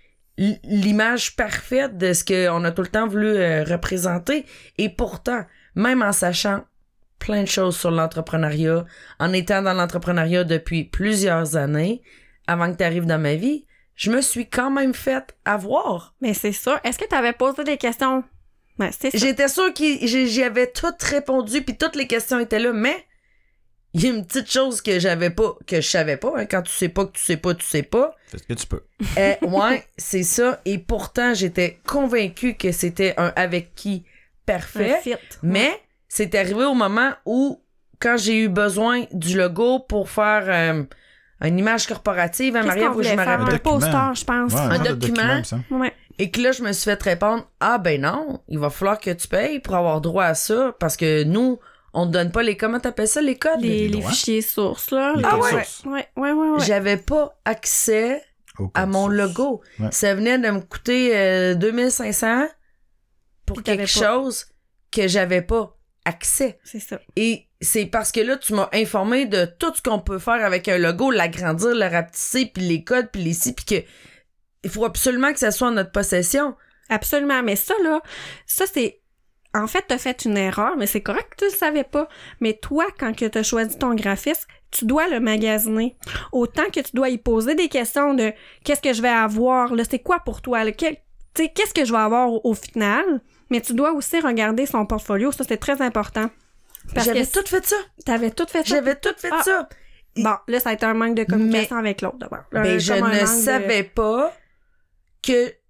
l'image parfaite de ce qu'on a tout le temps voulu euh, représenter. Et pourtant, même en sachant plein de choses sur l'entrepreneuriat, en étant dans l'entrepreneuriat depuis plusieurs années, avant que tu arrives dans ma vie, je me suis quand même fait avoir. Mais c'est sûr. Est-ce que tu avais posé des questions? Ouais, c'est ça. J'étais sûre que j'y avais toutes répondu, puis toutes les questions étaient là, mais il y a une petite chose que j'avais pas, que je savais pas. Hein, quand tu sais pas que tu sais pas, tu sais pas. Fais ce que tu peux. Euh, ouais, c'est ça. Et pourtant, j'étais convaincue que c'était un avec qui parfait. Un fit. Mais... Ouais. C'est arrivé au moment où, quand j'ai eu besoin du logo pour faire euh, une image corporative, hein, Maria, faut que je me rappelle. Un poster, je pense. Ouais, un document. document ouais. Et que là, je me suis fait répondre, ah ben non, il va falloir que tu payes pour avoir droit à ça, parce que nous, on ne donne pas les, comment t'appelles ça, les codes? Les, les fichiers sources, là. Les ah codes ouais. sources. Ouais, ouais, ouais, ouais. J'avais pas accès à mon source. logo. Ouais. Ça venait de me coûter euh, deux mille cinq cents pour quelque chose que j'avais pas accès. C'est ça. Et c'est parce que là, tu m'as informé de tout ce qu'on peut faire avec un logo, l'agrandir, le rapetisser, puis les codes, puis les ci, puis que il faut absolument que ça soit en notre possession. Absolument. Mais ça, là, ça, c'est... En fait, t'as fait une erreur, mais c'est correct que tu le savais pas. Mais toi, quand que t'as choisi ton graphiste, tu dois le magasiner. Autant que tu dois y poser des questions de qu'est-ce que je vais avoir, là, c'est quoi pour toi, là, quel, tu sais, qu'est-ce que je vais avoir au, au final. Mais tu dois aussi regarder son portfolio. Ça, c'est très important. Parce J'avais que tout fait ça. T'avais tout fait ça. J'avais tout fait ah. ça. Bon, là, ça a été un manque de communication mais, avec l'autre, d'abord. Ben, je ne savais de... pas que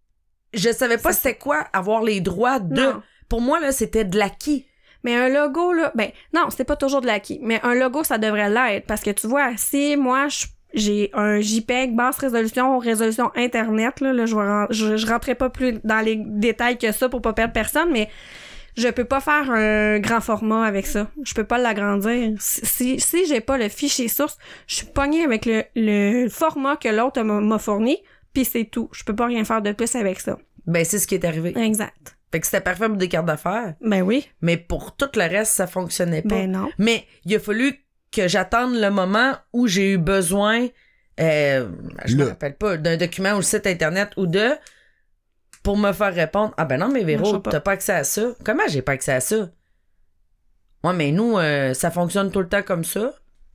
je savais pas c'était quoi avoir les droits de... Non. Pour moi, là, c'était de l'acquis. Mais un logo, là, ben, non, c'était pas toujours de l'acquis. Mais un logo, ça devrait l'être. Parce que tu vois, si moi, je, j'ai un JPEG basse résolution, résolution Internet, là, là je, je, je rentrais pas plus dans les détails que ça pour pas perdre personne, mais je peux pas faire un grand format avec ça. Je peux pas l'agrandir. Si, si j'ai pas le fichier source, je suis pognée avec le, le format que l'autre m'a, m'a fourni, puis c'est tout. Je peux pas rien faire de plus avec ça. Ben, c'est ce qui est arrivé. Exact. Fait que c'était parfait pour des cartes d'affaires. Ben oui. Mais pour tout le reste, ça fonctionnait pas. Ben non. Mais il a fallu que j'attende le moment où j'ai eu besoin, euh, je me rappelle pas, d'un document ou le site Internet ou de, pour me faire répondre. Ah ben non, mais Véro, pas. T'as pas accès à ça. Comment j'ai pas accès à ça? Ouais, mais nous, euh, ça fonctionne tout le temps comme ça.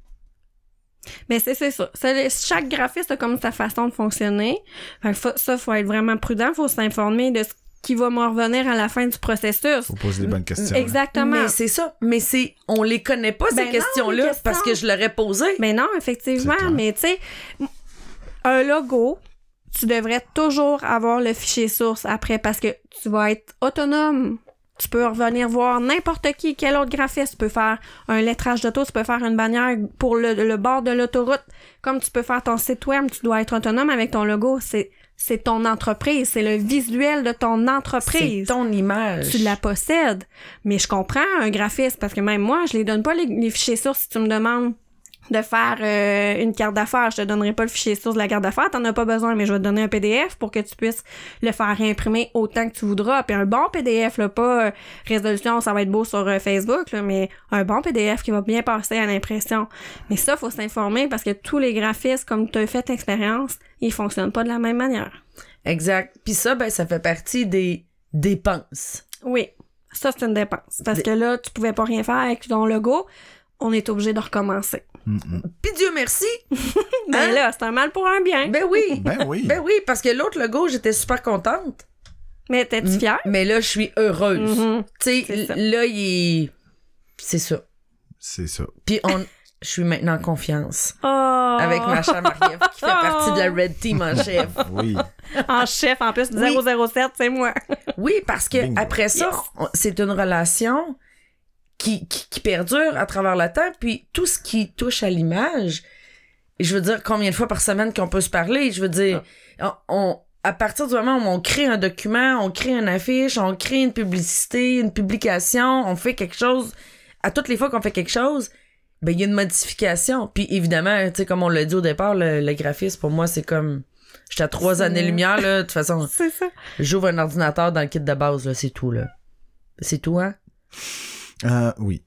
Mais c'est, c'est ça. C'est, chaque graphiste a comme sa façon de fonctionner. Fait que faut, ça, faut être vraiment prudent. Faut s'informer de ce qui va me revenir à la fin du processus. Faut poser des bonnes questions. Exactement. Mais c'est ça. Mais c'est, on les connaît pas, ben ces questions-là, questions. Parce que je leur ai posé. Mais non, effectivement. Mais tu sais, un logo, tu devrais toujours avoir le fichier source après parce que tu vas être autonome. Tu peux revenir voir n'importe qui, quel autre graphiste. Tu peux faire un lettrage d'auto, tu peux faire une bannière pour le, le bord de l'autoroute. Comme tu peux faire ton site web, tu dois être autonome avec ton logo. C'est C'est ton entreprise, c'est le visuel de ton entreprise. C'est ton image. Tu la possèdes. Mais je comprends un graphiste, parce que même moi, je les donne pas les, les fichiers sources si tu me demandes de faire euh, une carte d'affaires. Je te donnerai pas le fichier source de la carte d'affaires, t'en as pas besoin, mais je vais te donner un P D F pour que tu puisses le faire imprimer autant que tu voudras. Puis un bon P D F, là, pas euh, résolution, ça va être beau sur euh, Facebook, là, mais un bon P D F qui va bien passer à l'impression. Mais ça, faut s'informer parce que tous les graphistes, comme tu as fait expérience, ils fonctionnent pas de la même manière. Exact. Puis ça, ben, ça fait partie des dépenses. Oui. Ça, c'est une dépense. Parce Des... que là, tu pouvais pas rien faire avec ton logo. On est obligé de recommencer. Mm-mm. Puis Dieu merci. Ben hein? Là, c'est un mal pour un bien. Ben oui. Ben oui. Ben oui, parce que l'autre logo, j'étais super contente. Mais t'es-tu fière? Mais là, je suis heureuse. Mm-hmm. Tu sais, là, il est... C'est ça. C'est ça. Puis on... je suis maintenant en confiance. Oh. Avec ma chère Marie-Ève, qui fait oh. partie de la Red Team en chef. Oui. En chef, en plus, zéro zéro sept, c'est moi. Oui, parce que Bingo. Après ça, yes. on, c'est une relation qui, qui, qui perdure à travers le temps, puis tout ce qui touche à l'image, je veux dire, combien de fois par semaine qu'on peut se parler, je veux dire, ah. on, on, à partir du moment où on crée un document, on crée une affiche, on crée une publicité, une publication, on fait quelque chose, à toutes les fois qu'on fait quelque chose, ben, il y a une modification. Puis évidemment, tu sais, comme on l'a dit au départ, le, le graphisme, pour moi, c'est comme... J'étais à trois c'est... années-lumière, là. De toute façon, c'est ça. J'ouvre un ordinateur dans le kit de base, là. C'est tout, là. C'est tout, hein? Euh, oui.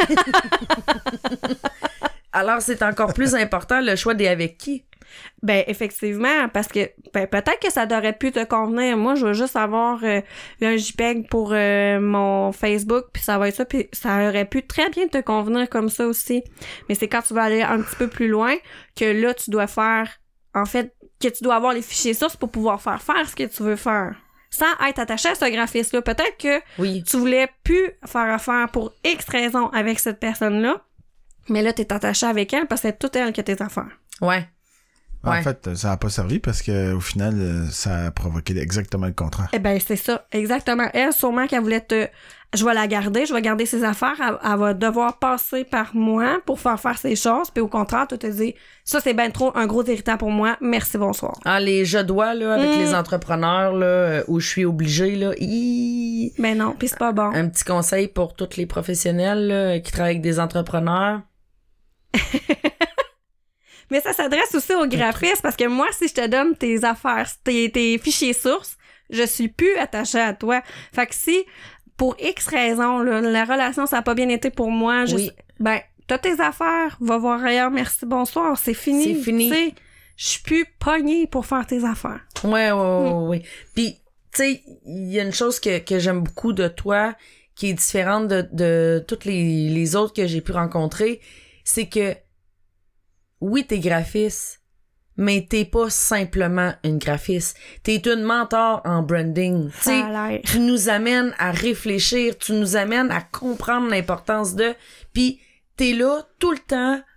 Alors, c'est encore plus important, le choix des avec qui. Ben, effectivement, parce que ben, peut-être que ça aurait pu te convenir. Moi, je veux juste avoir euh, un JPEG pour euh, mon Facebook, puis ça va être ça, puis ça aurait pu très bien te convenir comme ça aussi. Mais c'est quand tu vas aller un petit peu plus loin que là, tu dois faire, en fait, que tu dois avoir les fichiers sources pour pouvoir faire faire ce que tu veux faire. Sans être attaché à ce graphiste-là. Peut-être que oui. tu voulais plus faire affaire pour X raison avec cette personne-là, mais là, t'es attaché avec elle parce que c'est toute elle qui a tes affaires. Ouais. En ouais. fait, ça n'a pas servi parce que au final, ça a provoqué exactement le contraire. Eh ben c'est ça, exactement. Elle, sûrement qu'elle voulait te... Je vais la garder, je vais garder ses affaires, elle, elle va devoir passer par moi pour faire faire ses choses, puis au contraire, tu te dis, ça c'est ben trop un gros irritant pour moi, merci, bonsoir. Ah, les je dois, là, avec mmh. les entrepreneurs, là, où je suis obligée, là, hiiii... Ben non, puis c'est pas bon. Un petit conseil pour tous les professionnels, là, qui travaillent avec des entrepreneurs. Mais ça s'adresse aussi aux graphistes parce que moi, si je te donne tes affaires, tes, tes fichiers sources, je suis plus attachée à toi. Fait que si, pour X raisons, là, la relation, ça n'a pas bien été pour moi, je, oui. ben, t'as tes affaires, va voir ailleurs, merci, bonsoir, c'est fini. C'est fini. T'sais, je suis plus pognée pour faire tes affaires. Ouais, ouais, ouais, mm. ouais. Puis, tu sais, il y a une chose que, que j'aime beaucoup de toi, qui est différente de, de toutes les, les autres que j'ai pu rencontrer, c'est que oui, t'es graphiste, mais t'es pas simplement une graphiste. T'es une mentor en branding. T'sais, tu nous amènes à réfléchir, tu nous amènes à comprendre l'importance de... Puis t'es là tout le temps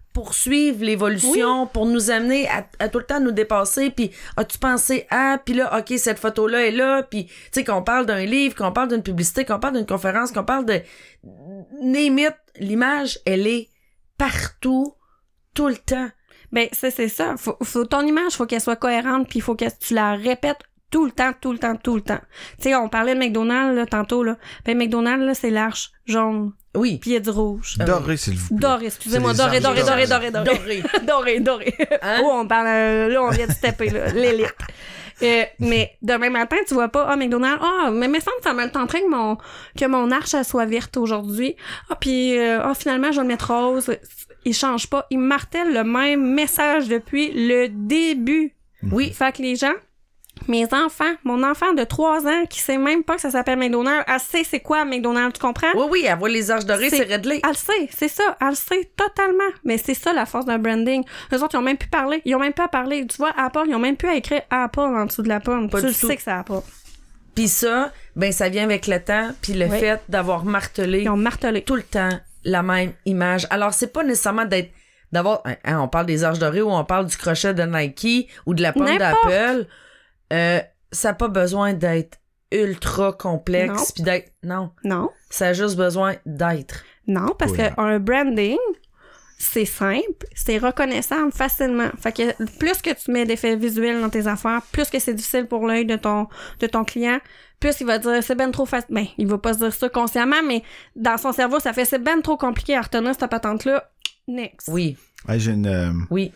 poursuivre l'évolution, oui. pour nous amener à, à tout le temps nous dépasser, puis as-tu pensé à, puis là, OK, cette photo-là est là, puis tu sais, qu'on parle d'un livre, qu'on parle d'une publicité, qu'on parle d'une conférence, qu'on parle de... Name it, l'image, elle est partout, tout le temps. Ben, c'est, c'est ça. Faut, faut, ton image, faut qu'elle soit cohérente, puis il faut que tu la répètes tout le temps, tout le temps, tout le temps. Tu sais, on parlait de McDonald's, là, tantôt, là. Ben, McDonald's, là, c'est l'arche jaune. Oui. Puis il y a du rouge. Doré, s'il vous plaît. Doré, excusez-moi. Doré, doré, doré, doré, doré. Doré. Doré, doré. Hein? Oh, on parle, euh, là, on vient de se taper, là. L'élite. Euh, mais demain matin, tu vois pas, ah, McDonald's, ah, mais me semble que ça me tenterait que mon, que mon arche, elle soit verte aujourd'hui. Ah, puis, euh, ah, finalement, je vais le mettre rose. Il change pas. Il martèle le même message depuis le début. Oui. Fait que les gens, mes enfants, mon enfant de trois ans qui sait même pas que ça s'appelle McDonald's, elle sait c'est quoi McDonald's, tu comprends? Oui, oui, elle voit les arches dorées, c'est, c'est réglé. Elle sait, c'est ça, elle sait totalement. Mais c'est ça la force d'un branding. Eux autres, ils ont même pu parler, ils ont même pu à parler. Tu vois, Apple, ils ont même pu à écrire Apple en dessous de la pomme. Pas tu le sais que c'est Apple. Puis ça, ben ça vient avec le temps, puis le oui. fait d'avoir martelé, ils ont martelé tout le temps la même image. Alors, c'est pas nécessairement d'être d'avoir... Hein, on parle des arches dorées ou on parle du crochet de Nike ou de la pomme N'importe. d'Apple. Euh, ça n'a pas besoin d'être ultra complexe puis d'être... Non. Non. Ça a juste besoin d'être. Non, parce oui. qu'un branding, c'est simple, c'est reconnaissable facilement. Fait que plus que tu mets d'effets visuels dans tes affaires, plus que c'est difficile pour l'œil de ton de ton client, plus il va dire c'est ben trop facile. Ben, il va pas se dire ça consciemment, mais dans son cerveau, ça fait c'est ben trop compliqué à retenir cette patente-là. Next. Oui. Ouais, j'ai une... Euh... Oui.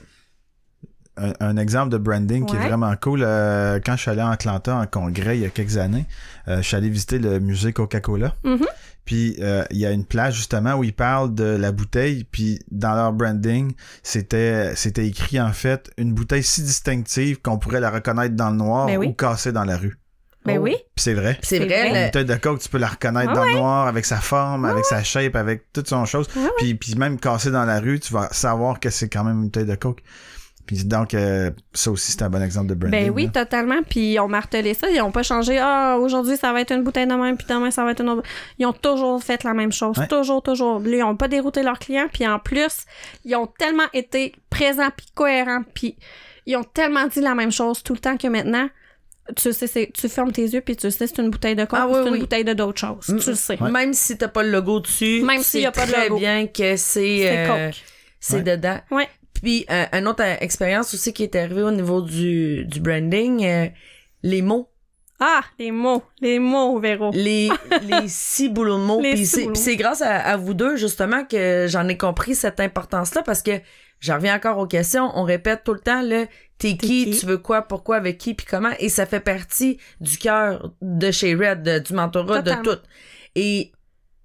Un, un exemple de branding ouais. qui est vraiment cool. Euh, quand je suis allé en Atlanta en congrès il y a quelques années, euh, je suis allé visiter le musée Coca-Cola. Mm-hmm. Puis euh, il y a une plage justement où ils parlent de la bouteille. Puis dans leur branding, c'était c'était écrit en fait une bouteille si distinctive qu'on pourrait la reconnaître dans le noir oui. ou casser dans la rue. Ben oh. oui. Puis c'est vrai. C'est, c'est vrai. Une bouteille de coke, tu peux la reconnaître ah, dans ouais. le noir avec sa forme, ah, avec ouais. sa shape, avec toute son chose. Ah, puis, ouais. puis même casser dans la rue, tu vas savoir que c'est quand même une bouteille de coke. Puis donc, euh, ça aussi, c'est un bon exemple de branding. Ben oui, là. Totalement. Puis ils ont martelé ça. Ils ont pas changé. Ah, aujourd'hui, ça va être une bouteille de même, puis demain, ça va être une autre. Ils ont toujours fait la même chose. Ouais. Toujours, toujours. Là, ils ont pas dérouté leurs clients. Puis en plus, ils ont tellement été présents puis cohérents. Puis ils ont tellement dit la même chose tout le temps que maintenant, tu sais, c'est, tu fermes tes yeux puis tu sais c'est une bouteille de coke ah, ou oui, c'est oui. une bouteille de d'autres choses. Mmh. Tu le sais. Ouais. Même si t'as pas le logo dessus, même s'il y a pas de logo. Très bien que c'est... C'est euh, coke. C'est ouais. dedans. Ouais. Puis, euh, une autre euh, expérience aussi qui est arrivée au niveau du, du branding, euh, les mots. Ah, les mots. Les mots, Véro. Les, les six boulots de mots. Puis c'est, puis c'est grâce à, à vous deux, justement, que j'en ai compris cette importance-là, parce que j'en reviens encore aux questions. On répète tout le temps, le t'es, t'es qui, qui, tu veux quoi, pourquoi, avec qui, puis comment. Et ça fait partie du cœur de chez Red, de, du mentorat, Totalement. de tout. Et...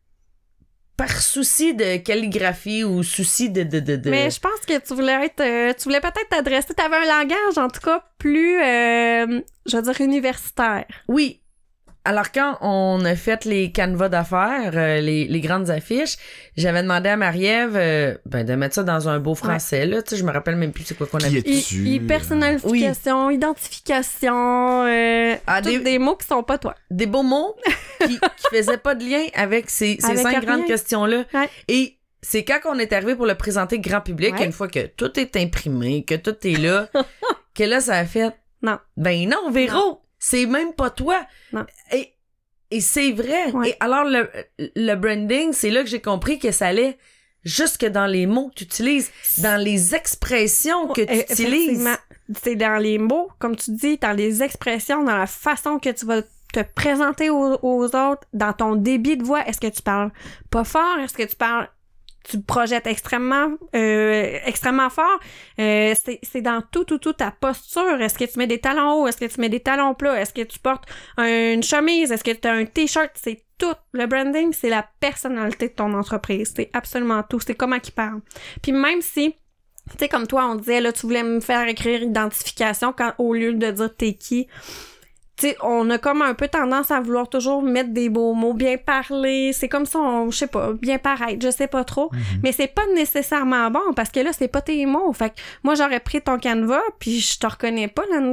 par souci de calligraphie ou souci de... de, de, de... Mais je pense que tu voulais être... Euh, tu voulais peut-être t'adresser... T'avais un langage, en tout cas, plus, euh, je veux dire, universitaire. Oui. Alors, quand on a fait les canevas d'affaires, euh, les, les grandes affiches, j'avais demandé à Marie-Ève euh, ben, de mettre ça dans un beau français. Ouais. Là, tu sais, je me rappelle même plus c'est quoi qu'on avait. I, I, personnalification, oui. identification, euh, ah, des, des mots qui sont pas toi. Des beaux mots qui, qui faisaient pas de lien avec ces, ces avec cinq rien. grandes questions-là. Ouais. Et c'est quand on est arrivé pour le présenter grand public, ouais. une fois que tout est imprimé, que tout est là, que là, ça a fait... Non. Ben non, Véro! Non. C'est même pas toi. Non. Et, et c'est vrai. Ouais. Et alors, le, le branding, c'est là que j'ai compris que ça allait jusque dans les mots que tu utilises, dans les expressions que tu utilises. C'est dans les mots, comme tu dis, dans les expressions, dans la façon que tu vas te présenter aux, aux autres, dans ton débit de voix. Est-ce que tu parles pas fort? Est-ce que tu parles... tu projettes extrêmement euh, extrêmement fort. Euh, c'est, c'est dans tout, tout, tout ta posture. Est-ce que tu mets des talons hauts? Est-ce que tu mets des talons plats? Est-ce que tu portes un, une chemise? Est-ce que tu as un t-shirt? C'est tout. Le branding, c'est la personnalité de ton entreprise. C'est absolument tout. C'est comment qu'ils parlent. Puis même si, tu sais, comme toi, on disait, là, tu voulais me faire écrire identification quand, au lieu de dire t'es qui. Tu sais, on a comme un peu tendance à vouloir toujours mettre des beaux mots, bien parler, c'est comme ça, on, je sais pas, bien paraître, je sais pas trop, mm-hmm. mais c'est pas nécessairement bon, parce que là, c'est pas tes mots, fait que moi, j'aurais pris ton canevas, puis je te reconnais pas là-dedans.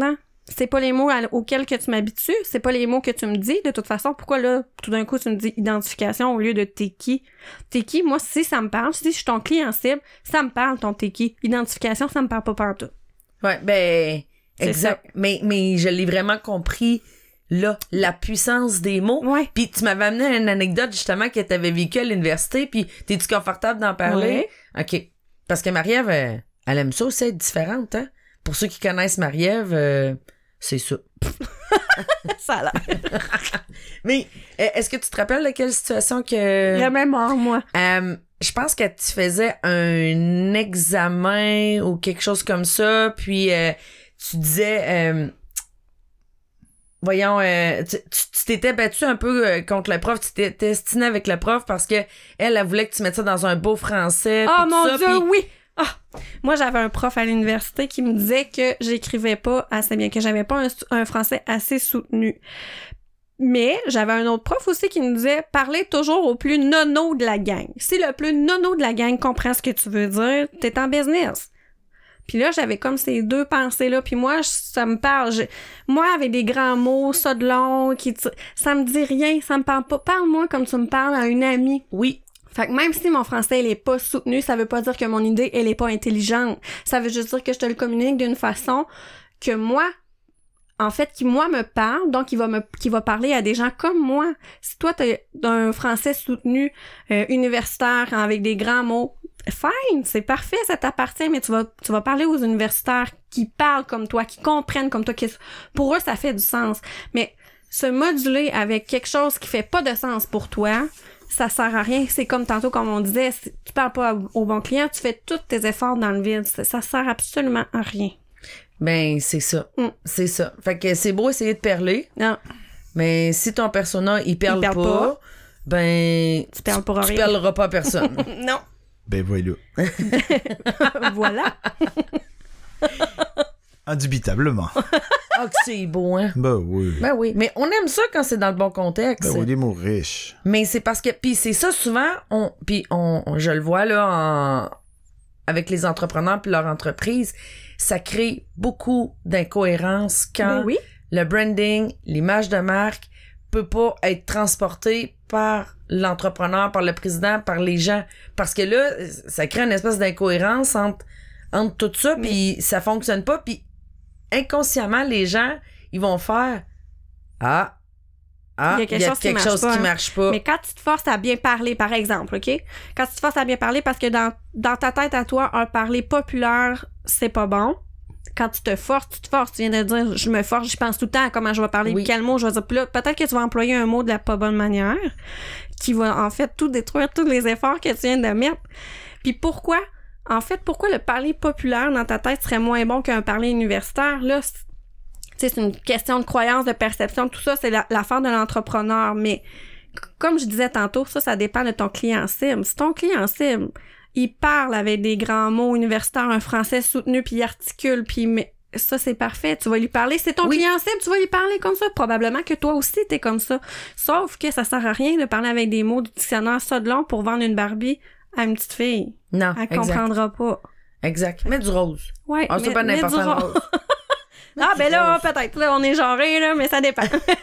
c'est pas les mots à, auxquels que tu m'habitues, c'est pas les mots que tu me dis. De toute façon, pourquoi là, tout d'un coup, tu me dis identification au lieu de t'es qui? T'es qui? Moi, si ça me parle, si je suis ton client cible, ça me parle ton t'es qui. Identification, ça me parle pas partout. Ouais, ben, c'est exact. Ça. Mais, mais je l'ai vraiment compris, là, la puissance des mots. Ouais. Puis tu m'avais amené une anecdote, justement, que t'avais vécu à l'université, puis t'es-tu confortable d'en parler? Ouais. OK. Parce que Marie-Ève, elle, elle aime ça aussi être différente, hein? Pour ceux qui connaissent Marie-Ève, euh, c'est ça. Ça a l'air. Mais est-ce que tu te rappelles de quelle situation que... La mémoire, moi. Euh, je pense que tu faisais un examen ou quelque chose comme ça, puis euh, tu disais... Euh, voyons, euh, tu, tu t'étais battu un peu euh, contre le prof, tu t'étais estiné avec le prof parce que elle, elle voulait que tu mettes ça dans un beau français. Oh mon ça, Dieu, pis... oui! Oh. Moi, j'avais un prof à l'université qui me disait que j'écrivais pas assez bien, que j'avais pas un, un français assez soutenu. Mais j'avais un autre prof aussi qui me disait « Parlez toujours au plus nono de la gang. Si le plus nono de la gang comprend ce que tu veux dire, t'es en business. » Puis là, j'avais comme ces deux pensées-là. Puis moi, ça me parle. Je... Moi, avec des grands mots, ça de long, qui t... ça me dit rien, ça me parle pas. Parle-moi comme tu me parles à une amie. Oui. Fait que même si mon français, il est pas soutenu, ça veut pas dire que mon idée, elle est pas intelligente. Ça veut juste dire que je te le communique d'une façon que moi, en fait, qui, moi, me parle, donc qui va me, qui va parler à des gens comme moi. Si toi, t'as un français soutenu, euh, universitaire, avec des grands mots, fine, c'est parfait, ça t'appartient, mais tu vas, tu vas parler aux universitaires qui parlent comme toi, qui comprennent comme toi, qui, pour eux, ça fait du sens. Mais se moduler avec quelque chose qui fait pas de sens pour toi, ça sert à rien. C'est comme tantôt, comme on disait, tu parles pas au bon client, tu fais tous tes efforts dans le vide. Ça, ça sert absolument à rien. Ben, c'est ça. Mm. C'est ça. Fait que c'est beau essayer de perler. Non. Mais si ton persona, il perle, il perle pas, pas, ben, tu perles pour tu, rien. Tu perleras pas à personne. Non. Ben voilà. Voilà. Indubitablement. Ah, que c'est beau, hein? Ben oui. Ben oui. Mais on aime ça quand c'est dans le bon contexte. Ben oui, des mots riches. Mais c'est parce que... Puis c'est ça, souvent, on puis on, on, je le vois, là, en, avec les entrepreneurs puis leur entreprise, ça crée beaucoup d'incohérences quand ben oui. le branding, l'image de marque peut pas être transporté par l'entrepreneur, par le président, par les gens. Parce que là, ça crée une espèce d'incohérence entre, entre tout ça, puis ça fonctionne pas, puis inconsciemment, les gens, ils vont faire « Ah, ah, il y a quelque, il y a chose, quelque qui chose qui marche pas. » Mais quand tu te forces à bien parler, par exemple, OK? Quand tu te forces à bien parler, parce que dans, dans ta tête à toi, un parler populaire, c'est pas bon. Quand tu te forces, tu te forces. Tu viens de dire, je me force, je pense tout le temps à comment je vais parler, oui. Quel mot je vais dire. Puis là, peut-être que tu vas employer un mot de la pas bonne manière qui va, en fait, tout détruire, tous les efforts que tu viens de mettre. Puis pourquoi? En fait, pourquoi le parler populaire dans ta tête serait moins bon qu'un parler universitaire? Là, tu sais, c'est une question de croyance, de perception, tout ça, c'est la, l'affaire de l'entrepreneur. Mais comme je disais tantôt, ça, ça dépend de ton client cible. Si ton client cible, il parle avec des grands mots universitaires, un français soutenu, puis il articule, puis mais ça, c'est parfait. Tu vas lui parler. C'est ton oui. client cible, tu vas lui parler comme ça. Probablement que toi aussi, t'es comme ça. Sauf que ça sert à rien de parler avec des mots du dictionnaire ça de long pour vendre une Barbie à une petite fille. Non, elle exact. comprendra pas. Exact. Mets du rose. Ouais, ah, c'est pas n'importe du rose. rose. Ah, ben là, rose. Peut-être. Là, on est genré, là, mais ça dépend.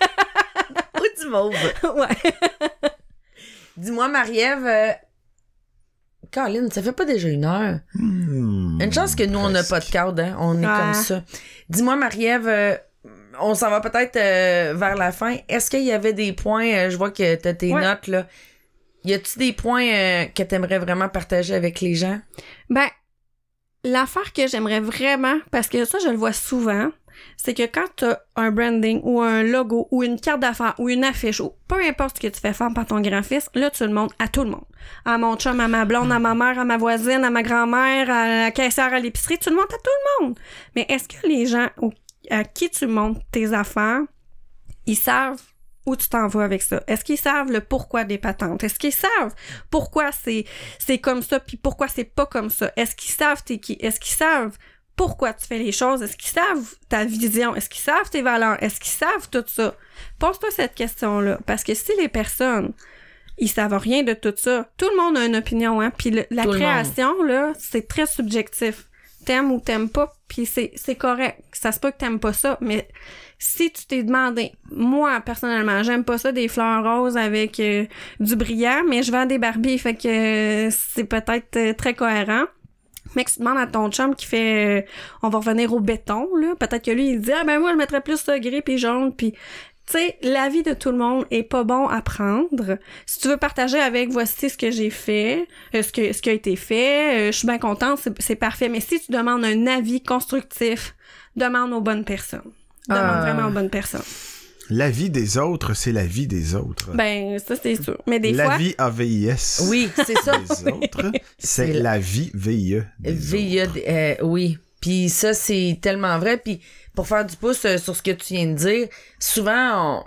Ou du mauve. Ouais. Dis-moi, Marie-Ève, euh... Caroline, ça fait pas déjà une heure? Mmh, une chance que nous, presque. On n'a pas de cadre, hein? On est ah. comme ça. Dis-moi, Marie-Ève, euh, on s'en va peut-être euh, vers la fin. Est-ce qu'il y avait des points, euh, je vois que t'as tes ouais. notes, là. Y a-tu des points euh, que t'aimerais vraiment partager avec les gens? Ben, l'affaire que j'aimerais vraiment, parce que ça, je le vois souvent, c'est que quand t'as un branding ou un logo ou une carte d'affaires ou une affiche ou peu importe ce que tu fais faire par ton graphiste, là, tu le montres à tout le monde. À mon chum, à ma blonde, à ma mère, à ma voisine, à ma grand-mère, à la caissière à l'épicerie, tu le montres à tout le monde. Mais est-ce que les gens à qui tu montres tes affaires, ils savent où tu t'en vas avec ça? Est-ce qu'ils savent le pourquoi des patentes? Est-ce qu'ils savent pourquoi c'est, c'est comme ça puis pourquoi c'est pas comme ça? Est-ce qu'ils savent t'es qui? Est-ce qu'ils savent pourquoi tu fais les choses? Est-ce qu'ils savent ta vision? Est-ce qu'ils savent tes valeurs? Est-ce qu'ils savent tout ça? Pose-toi cette question-là. Parce que si les personnes, ils savent rien de tout ça, tout le monde a une opinion, hein? Puis le, la tout création, là, c'est très subjectif. t'aimes ou t'aimes pas, puis c'est, c'est correct. Ça se peut que t'aimes pas ça, mais si tu t'es demandé, moi, personnellement, j'aime pas ça, des fleurs roses avec euh, du brillant, mais je vends des Barbies, fait que euh, c'est peut-être euh, très cohérent. Mais que tu demandes à ton chum qui fait euh, on va revenir au béton, là, peut-être que lui, il dit « Ah ben moi, je mettrais plus ça gris puis jaune, puis... » Tu sais, la vie de tout le monde est pas bon à prendre. Si tu veux partager avec voici ce que j'ai fait, euh, ce que ce qui a été fait, euh, je suis bien contente, c'est, c'est parfait. Mais si tu demandes un avis constructif, demande aux bonnes personnes. Demande euh... vraiment aux bonnes personnes. La vie des autres, c'est la vie des autres. Ben, ça, c'est sûr. Mais des la fois... La vie A V I S. Oui, c'est ça. Les autres, c'est, c'est la vie V I E des V I E, autres. Euh, oui. Puis ça, c'est tellement vrai. Puis pour faire du pouce euh, sur ce que tu viens de dire, souvent,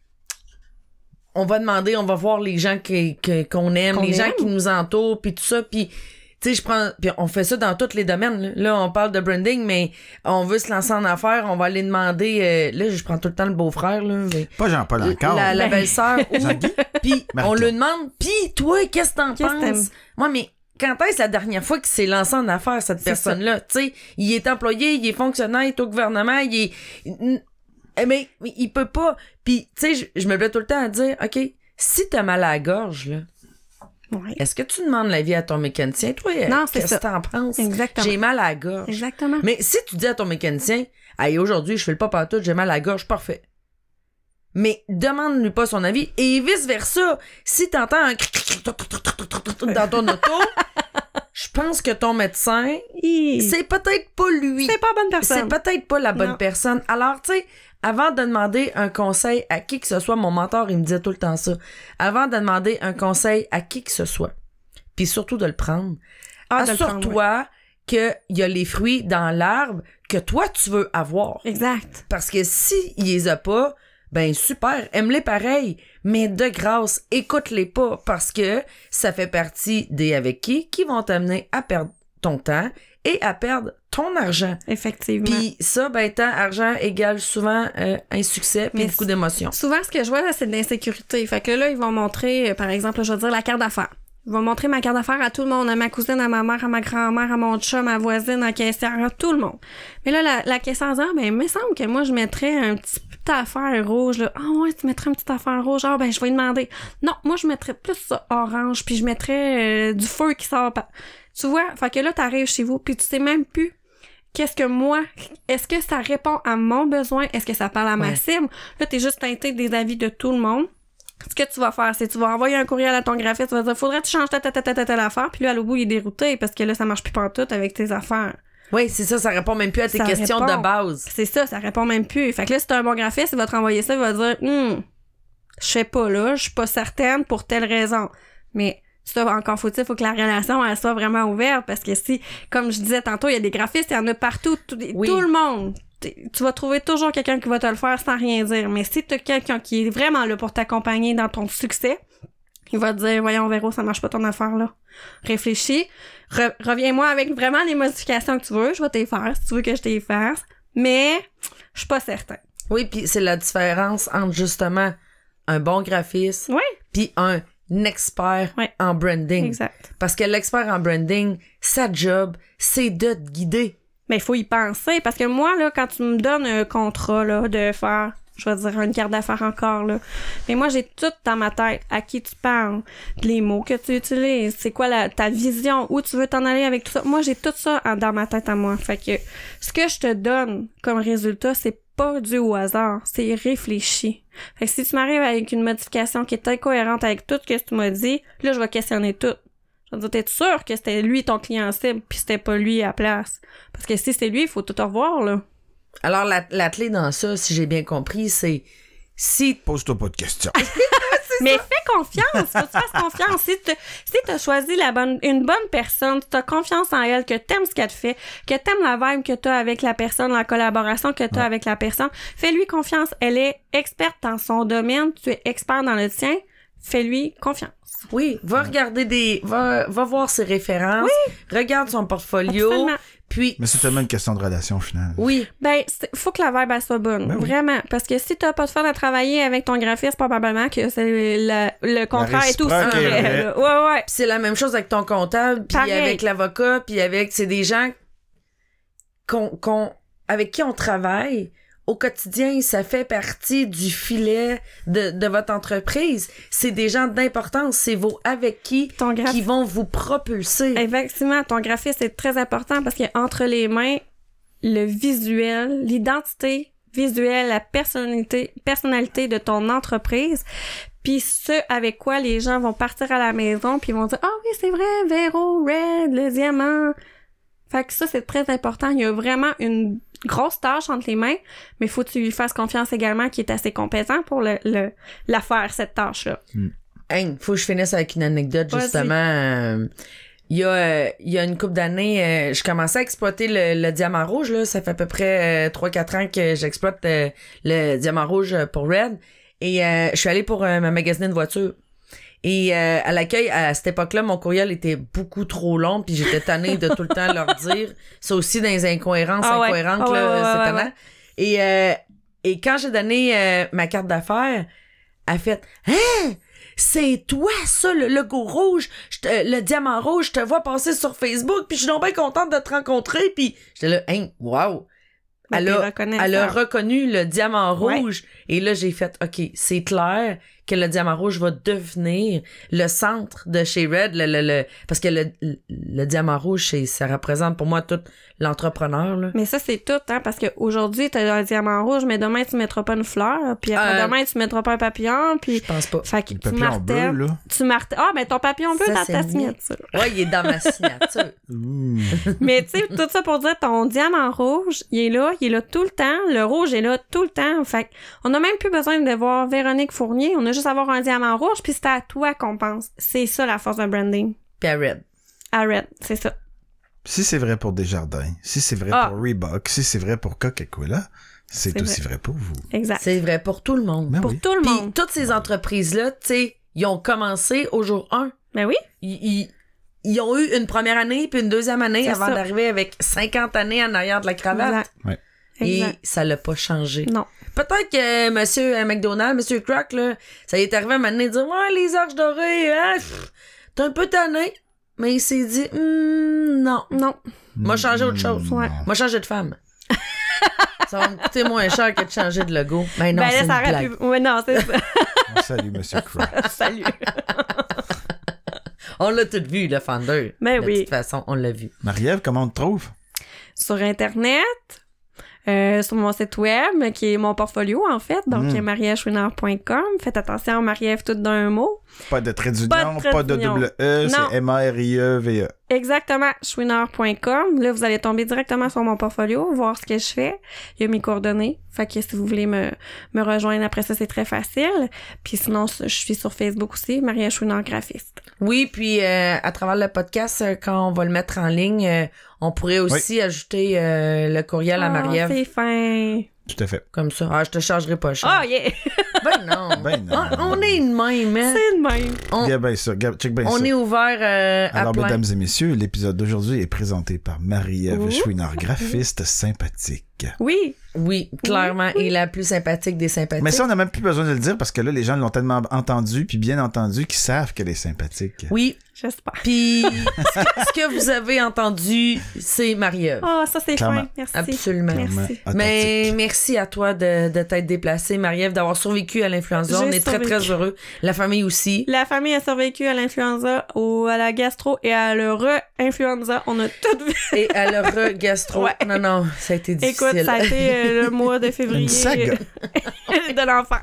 on, on va demander, on va voir les gens qui, que, qu'on aime, qu'on les aime. gens qui nous entourent, puis tout ça. Puis, tu sais, je prends... Puis on fait ça dans tous les domaines. Là. là, on parle de branding, mais on veut se lancer en affaires, on va aller demander... Euh, là, je prends tout le temps le beau-frère. Là, mais, pas Jean-Paul encore. La, la belle-sœur. Puis on lui demande, puis toi, qu'est-ce que t'en qu'est-ce penses? Moi, mais... Quand est-ce la dernière fois qu'il s'est lancé en affaires, cette c'est personne-là? Tu sais, il est employé, il est fonctionnaire, il est au gouvernement, il est... Mais, mais il peut pas... Puis, tu sais, je, je me plais tout le temps à dire, OK, si t'as mal à la gorge, là, ouais. est-ce que tu demandes l'avis à ton mécanicien? Toi, non, c'est qu'est-ce ça. que t'en penses? Exactement. J'ai mal à la gorge. Exactement. Mais si tu dis à ton mécanicien, hey, aujourd'hui, je fais le pas partout, j'ai mal à la gorge, parfait. Mais demande-lui pas son avis. Et vice-versa, si t'entends un dans ton auto, je pense que ton médecin, c'est peut-être pas lui. C'est pas la bonne personne. C'est peut-être pas la bonne non. personne. Alors, tu sais, avant de demander un conseil à qui que ce soit, mon mentor, il me disait tout le temps ça. Avant de demander un conseil à qui que ce soit, puis surtout de le prendre, ah, assure-toi ouais. qu'il y a les fruits dans l'arbre que toi, tu veux avoir. Exact. Parce que si il les a pas, ben super, aime-les pareil, mais de grâce, écoute-les pas parce que ça fait partie des avec qui qui vont t'amener à perdre ton temps et à perdre ton argent. Effectivement. Puis ça, ben temps, argent égale souvent euh, un succès puis beaucoup d'émotions. Souvent, ce que je vois, là, c'est de l'insécurité. Fait que là, ils vont montrer, euh, par exemple, je vais dire la carte d'affaires. Ils vont montrer ma carte d'affaires à tout le monde, à ma cousine, à ma mère, à ma grand-mère, à mon chum, à ma voisine, à la caissière, à tout le monde. Mais là, la, la caissière dit, ah, ben, il me semble que moi, je mettrais un petit petite affaire rouge, là. Ah ouais, tu mettrais une petite affaire rouge. Ah, ben, je vais lui demander. Non, moi, je mettrais plus ça orange, puis je mettrais euh, du feu qui sort. Par... Tu vois? Fait que là, t'arrives chez vous, puis tu sais même plus qu'est-ce que moi, est-ce que ça répond à mon besoin? Est-ce que ça parle à ma ouais. cible? Là, t'es juste teinté des avis de tout le monde. Ce que tu vas faire, c'est que tu vas envoyer un courriel à ton graphiste, tu vas dire, faudrait que tu changes ta ta ta ta ta ta l'affaire, puis lui, à l'au bout, il est dérouté parce que là, ça marche plus pantoute avec tes affaires. Oui, c'est ça, ça répond même plus à tes ça questions répond. de base. C'est ça, ça répond même plus. Fait que là, si t'as un bon graphiste, il va te renvoyer ça, il va dire, hum, je sais pas là, je suis pas certaine pour telle raison. Mais ça, encore faut-il, faut que la relation, elle soit vraiment ouverte parce que si, comme je disais tantôt, il y a des graphistes, il y en a partout, tout, oui. tout le monde. Tu vas trouver toujours quelqu'un qui va te le faire sans rien dire. Mais si tu as quelqu'un qui est vraiment là pour t'accompagner dans ton succès, il va te dire, voyons, Véro, ça marche pas ton affaire, là. Réfléchis. Re- reviens-moi avec vraiment les modifications que tu veux. Je vais t'y faire si tu veux que je t'y fasse. Mais je suis pas certain. Oui, puis c'est la différence entre justement un bon graphiste oui. puis un expert oui. en branding. Exact. Parce que l'expert en branding, sa job, c'est de te guider. Mais il faut y penser, parce que moi, là, quand tu me donnes un contrat, là, de faire, je vais dire une carte d'affaires encore, là, mais moi, j'ai tout dans ma tête, à qui tu parles, les mots que tu utilises, c'est quoi la, ta vision, où tu veux t'en aller avec tout ça. Moi, j'ai tout ça dans ma tête à moi. Fait que ce que je te donne comme résultat, c'est pas dû au hasard, c'est réfléchi. Fait que si tu m'arrives avec une modification qui est incohérente avec tout ce que tu m'as dit, là, je vais questionner tout. Je veux dire, t'es sûr que c'était lui ton client cible pis c'était pas lui à la place? Parce que si c'est lui, il faut tout revoir, là. Alors, la, la clé dans ça, si j'ai bien compris, c'est si... Pose-toi pas de questions. Mais ça. Fais confiance, faut que tu fasses confiance. Si tu si t'as choisi la bonne, une bonne personne, tu as confiance en elle, que t'aimes ce qu'elle te fait, que t'aimes la vibe que t'as avec la personne, la collaboration que t'as ouais. avec la personne, fais-lui confiance. Elle est experte dans son domaine, tu es expert dans le tien, fais-lui confiance. Oui, va regarder des... Va, va voir ses références, oui. regarde son portfolio, absolument. Puis... Mais c'est tellement une question de relation, finale. Oui. Ben, faut que la vibe, elle soit bonne. Ben oui. Vraiment. Parce que si t'as pas de fun à travailler avec ton graphiste, probablement que c'est la, le contraire est tout ça. Est ouais, ouais. Pis c'est la même chose avec ton comptable, puis avec l'avocat, puis avec... C'est des gens... qu'on, qu'on, avec qui on travaille, au quotidien, ça fait partie du filet de, de votre entreprise. C'est des gens d'importance. C'est vos avec qui graph... qui vont vous propulser. Effectivement, ton graphiste est très important parce qu'il y a entre les mains le visuel, l'identité visuelle, la personnalité, personnalité de ton entreprise. Puis ce avec quoi les gens vont partir à la maison puis ils vont dire « Ah oui, c'est vrai, Véro, Red, le diamant. » Fait que ça, c'est très important. Il y a vraiment une grosse tâche entre les mains, mais il faut que tu lui fasses confiance également qu'il est assez compétent pour le, le, la faire, cette tâche-là. Mm. Hey, faut que je finisse avec une anecdote, justement. Euh, il y a, euh, il y a une couple d'années, euh, je commençais à exploiter le, le diamant rouge, là. Ça fait à peu près euh, trois quatre ans que j'exploite euh, le diamant rouge pour Red. Et euh, je suis allée pour euh, ma magasiner de voiture. Et euh, à l'accueil, à cette époque-là, mon courriel était beaucoup trop long, puis j'étais tannée de tout le temps leur dire. Ça aussi, dans les incohérences ah ouais. incohérentes, ah là, ouais, c'est ouais, tannant. ouais. Et, euh, et quand j'ai donné euh, ma carte d'affaires, elle a fait « Hein? C'est toi, ça, le logo rouge, je te, le diamant rouge, je te vois passer sur Facebook, puis je suis donc bien contente de te rencontrer. » Puis j'étais là « Hein? Wow! » Elle a, elle a reconnu le diamant rouge. Ouais. Et là, j'ai fait, OK, c'est clair que le diamant rouge va devenir le centre de chez Red. Le, le, le, parce que le, le, le diamant rouge, c'est, ça représente pour moi tout l'entrepreneur. Là. Mais ça, c'est tout, hein, parce qu'aujourd'hui, tu as un diamant rouge, mais demain, tu mettras pas une fleur. Puis après euh, demain, tu mettras pas un papillon. Puis je pense pas. Fait que le tu papillon bleu, là. Tu martèles. Ah, mais ton papillon bleu dans ta signature. Oui, il est dans ma signature. Mais tu sais, tout ça pour dire, ton diamant rouge, il est là, il est là tout le temps. Le rouge est là tout le temps. Fait on n'a même plus besoin de voir Véronique Fournier. On a juste à avoir un diamant rouge, puis c'est à toi qu'on pense. C'est ça, la force d'un branding. Puis à Red. À Red, c'est ça. Si c'est vrai pour Desjardins, si c'est vrai ah. pour Reebok, si c'est vrai pour Coca-Cola, c'est, c'est aussi vrai. vrai pour vous. Exact. C'est vrai pour tout le monde. Ben pour oui. tout le Puis monde. toutes ces entreprises-là, tu sais, ils ont commencé au jour un. Ben oui. Ils, ils, ils ont eu une première année puis une deuxième année c'est avant ça. d'arriver avec cinquante années en arrière de la cravate. Exact. Ouais. Et exact. ça l'a pas changé. Non. Peut-être que Monsieur McDonald, Monsieur Croc, là, ça y est arrivé à un moment donné de dire « Ouais, les arches dorées, hein, pff, t'es un peu tanné. » Mais il s'est dit mm, « Non. Non. » M'a changé autre chose. Ouais. M'a changé de femme. Ça va me coûter moins cher que de changer de logo. Ben non, ben là, c'est ça une blague. Pu... Ouais, non, c'est ça. Salut, Monsieur Croc. Salut. On l'a tout vu, le Founder. Ben de oui. De toute façon, on l'a vu. Marie-Ève, comment on te trouve? Sur Internet, euh, sur mon site web, qui est mon portfolio, en fait. Donc, mm. marie ève chouinard point com. Faites attention, Marie-Ève, tout d'un mot. Pas de trait d'union, pas de, trait pas de double E, non. C'est M A R I E V E. Exactement, chouinard point com. Là, vous allez tomber directement sur mon portfolio, voir ce que je fais. Il y a mes coordonnées. Fait que si vous voulez me, me rejoindre après ça, c'est très facile. Puis sinon, je suis sur Facebook aussi, Marie-Ève Chouinard graphiste. Oui, puis euh, à travers le podcast, quand on va le mettre en ligne, euh, on pourrait aussi oui. ajouter euh, le courriel oh, à Marie-Ève. C'est fin. Tout à fait. Comme ça. Ah, je te chargerai pas cher. Ah, oh, yeah! Ben non. Ben non. On, on est une même, hein? C'est une même. On, yeah, ben ça, check ben on ça. est ouvert euh, à Alors, plein. mesdames et messieurs, l'épisode d'aujourd'hui est présenté par Marie-Ève Chouinard, graphiste sympathique. Oui. Oui, clairement. Oui, oui. Et la plus sympathique des sympathiques. Mais ça, on n'a même plus besoin de le dire parce que là, les gens l'ont tellement entendu puis bien entendu qu'ils savent qu'elle est sympathique. Oui. J'espère. Puis, ce, que, ce que vous avez entendu, c'est Marie-Ève. Ah, oh, ça, c'est fin. Merci. Absolument. Merci. Mais merci à toi de, de t'être déplacée, Marie-Ève, d'avoir survécu à l'influenza. On est survécu. très, très heureux. La famille aussi. La famille a survécu à l'influenza, au, à la gastro et à le re-influenza. On a tout vu. Et à le re-gastro. Ouais. Non, non, ça a été difficile. Écoute, ça a été euh, le mois de février. Une saga. De l'enfer.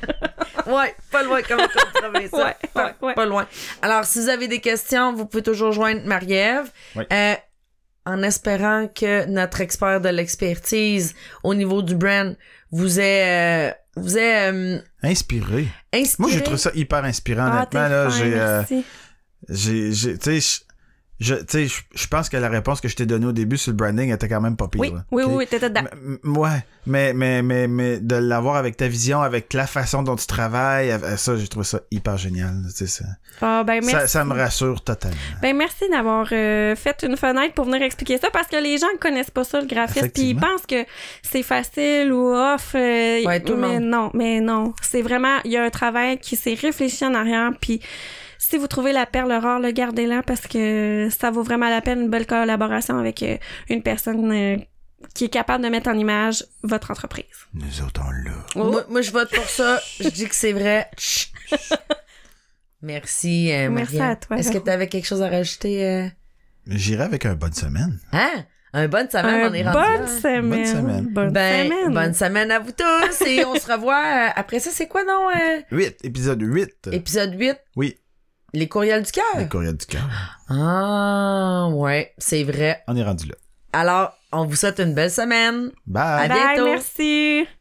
Ouais, pas loin comme on travailler ça. Ouais, pas, ouais, ouais. pas loin. Alors, si vous avez des questions, vous pouvez toujours joindre Marie-Ève. Oui. Euh, en espérant que notre expert de l'expertise au niveau du brand vous ait, euh, vous ait euh, inspiré. inspiré. Moi, j'ai trouvé ça hyper inspirant, ah, honnêtement. Là, fin, j'ai, euh, merci. j'ai, j'ai, tu sais, je, tu sais, je pense que la réponse que je t'ai donnée au début sur le branding était quand même pas pire. Oui, là, oui, okay? oui, t'étais dedans. M- m- ouais, mais, mais, mais, mais de l'avoir avec ta vision, avec la façon dont tu travailles, ça, j'ai trouvé ça hyper génial. Tu sais, ça, ah, ben, merci. Ça, ça me rassure totalement. Ben, merci d'avoir euh, fait une fenêtre pour venir expliquer ça parce que les gens connaissent pas ça, le graphisme, puis ils pensent que c'est facile ou off. Euh, ouais, tout mais le monde. non, mais non. C'est vraiment, il y a un travail qui s'est réfléchi en arrière, puis si vous trouvez la perle rare, le gardez-la parce que ça vaut vraiment la peine, une belle collaboration avec euh, une personne euh, qui est capable de mettre en image votre entreprise. Nous autres, on l'a. Oh. Moi, moi, je vote pour ça. Je dis que c'est vrai. Merci, euh, Merci à toi. Est-ce que tu avais quelque chose à rajouter? Euh... J'irai avec un bonne semaine. Hein? Un bonne semaine, un on est rendu bonne là. Semaine. Bonne semaine. Bonne ben, semaine. Bonne semaine à vous tous et on se revoit. Euh, après ça, c'est quoi, non? Euh... huit, épisode huit. Épisode huit? Oui. Les courriels du cœur? Les courriels du cœur. Ah, ouais, c'est vrai. On est rendu là. Alors, on vous souhaite une belle semaine. Bye. À bientôt. Bye, merci.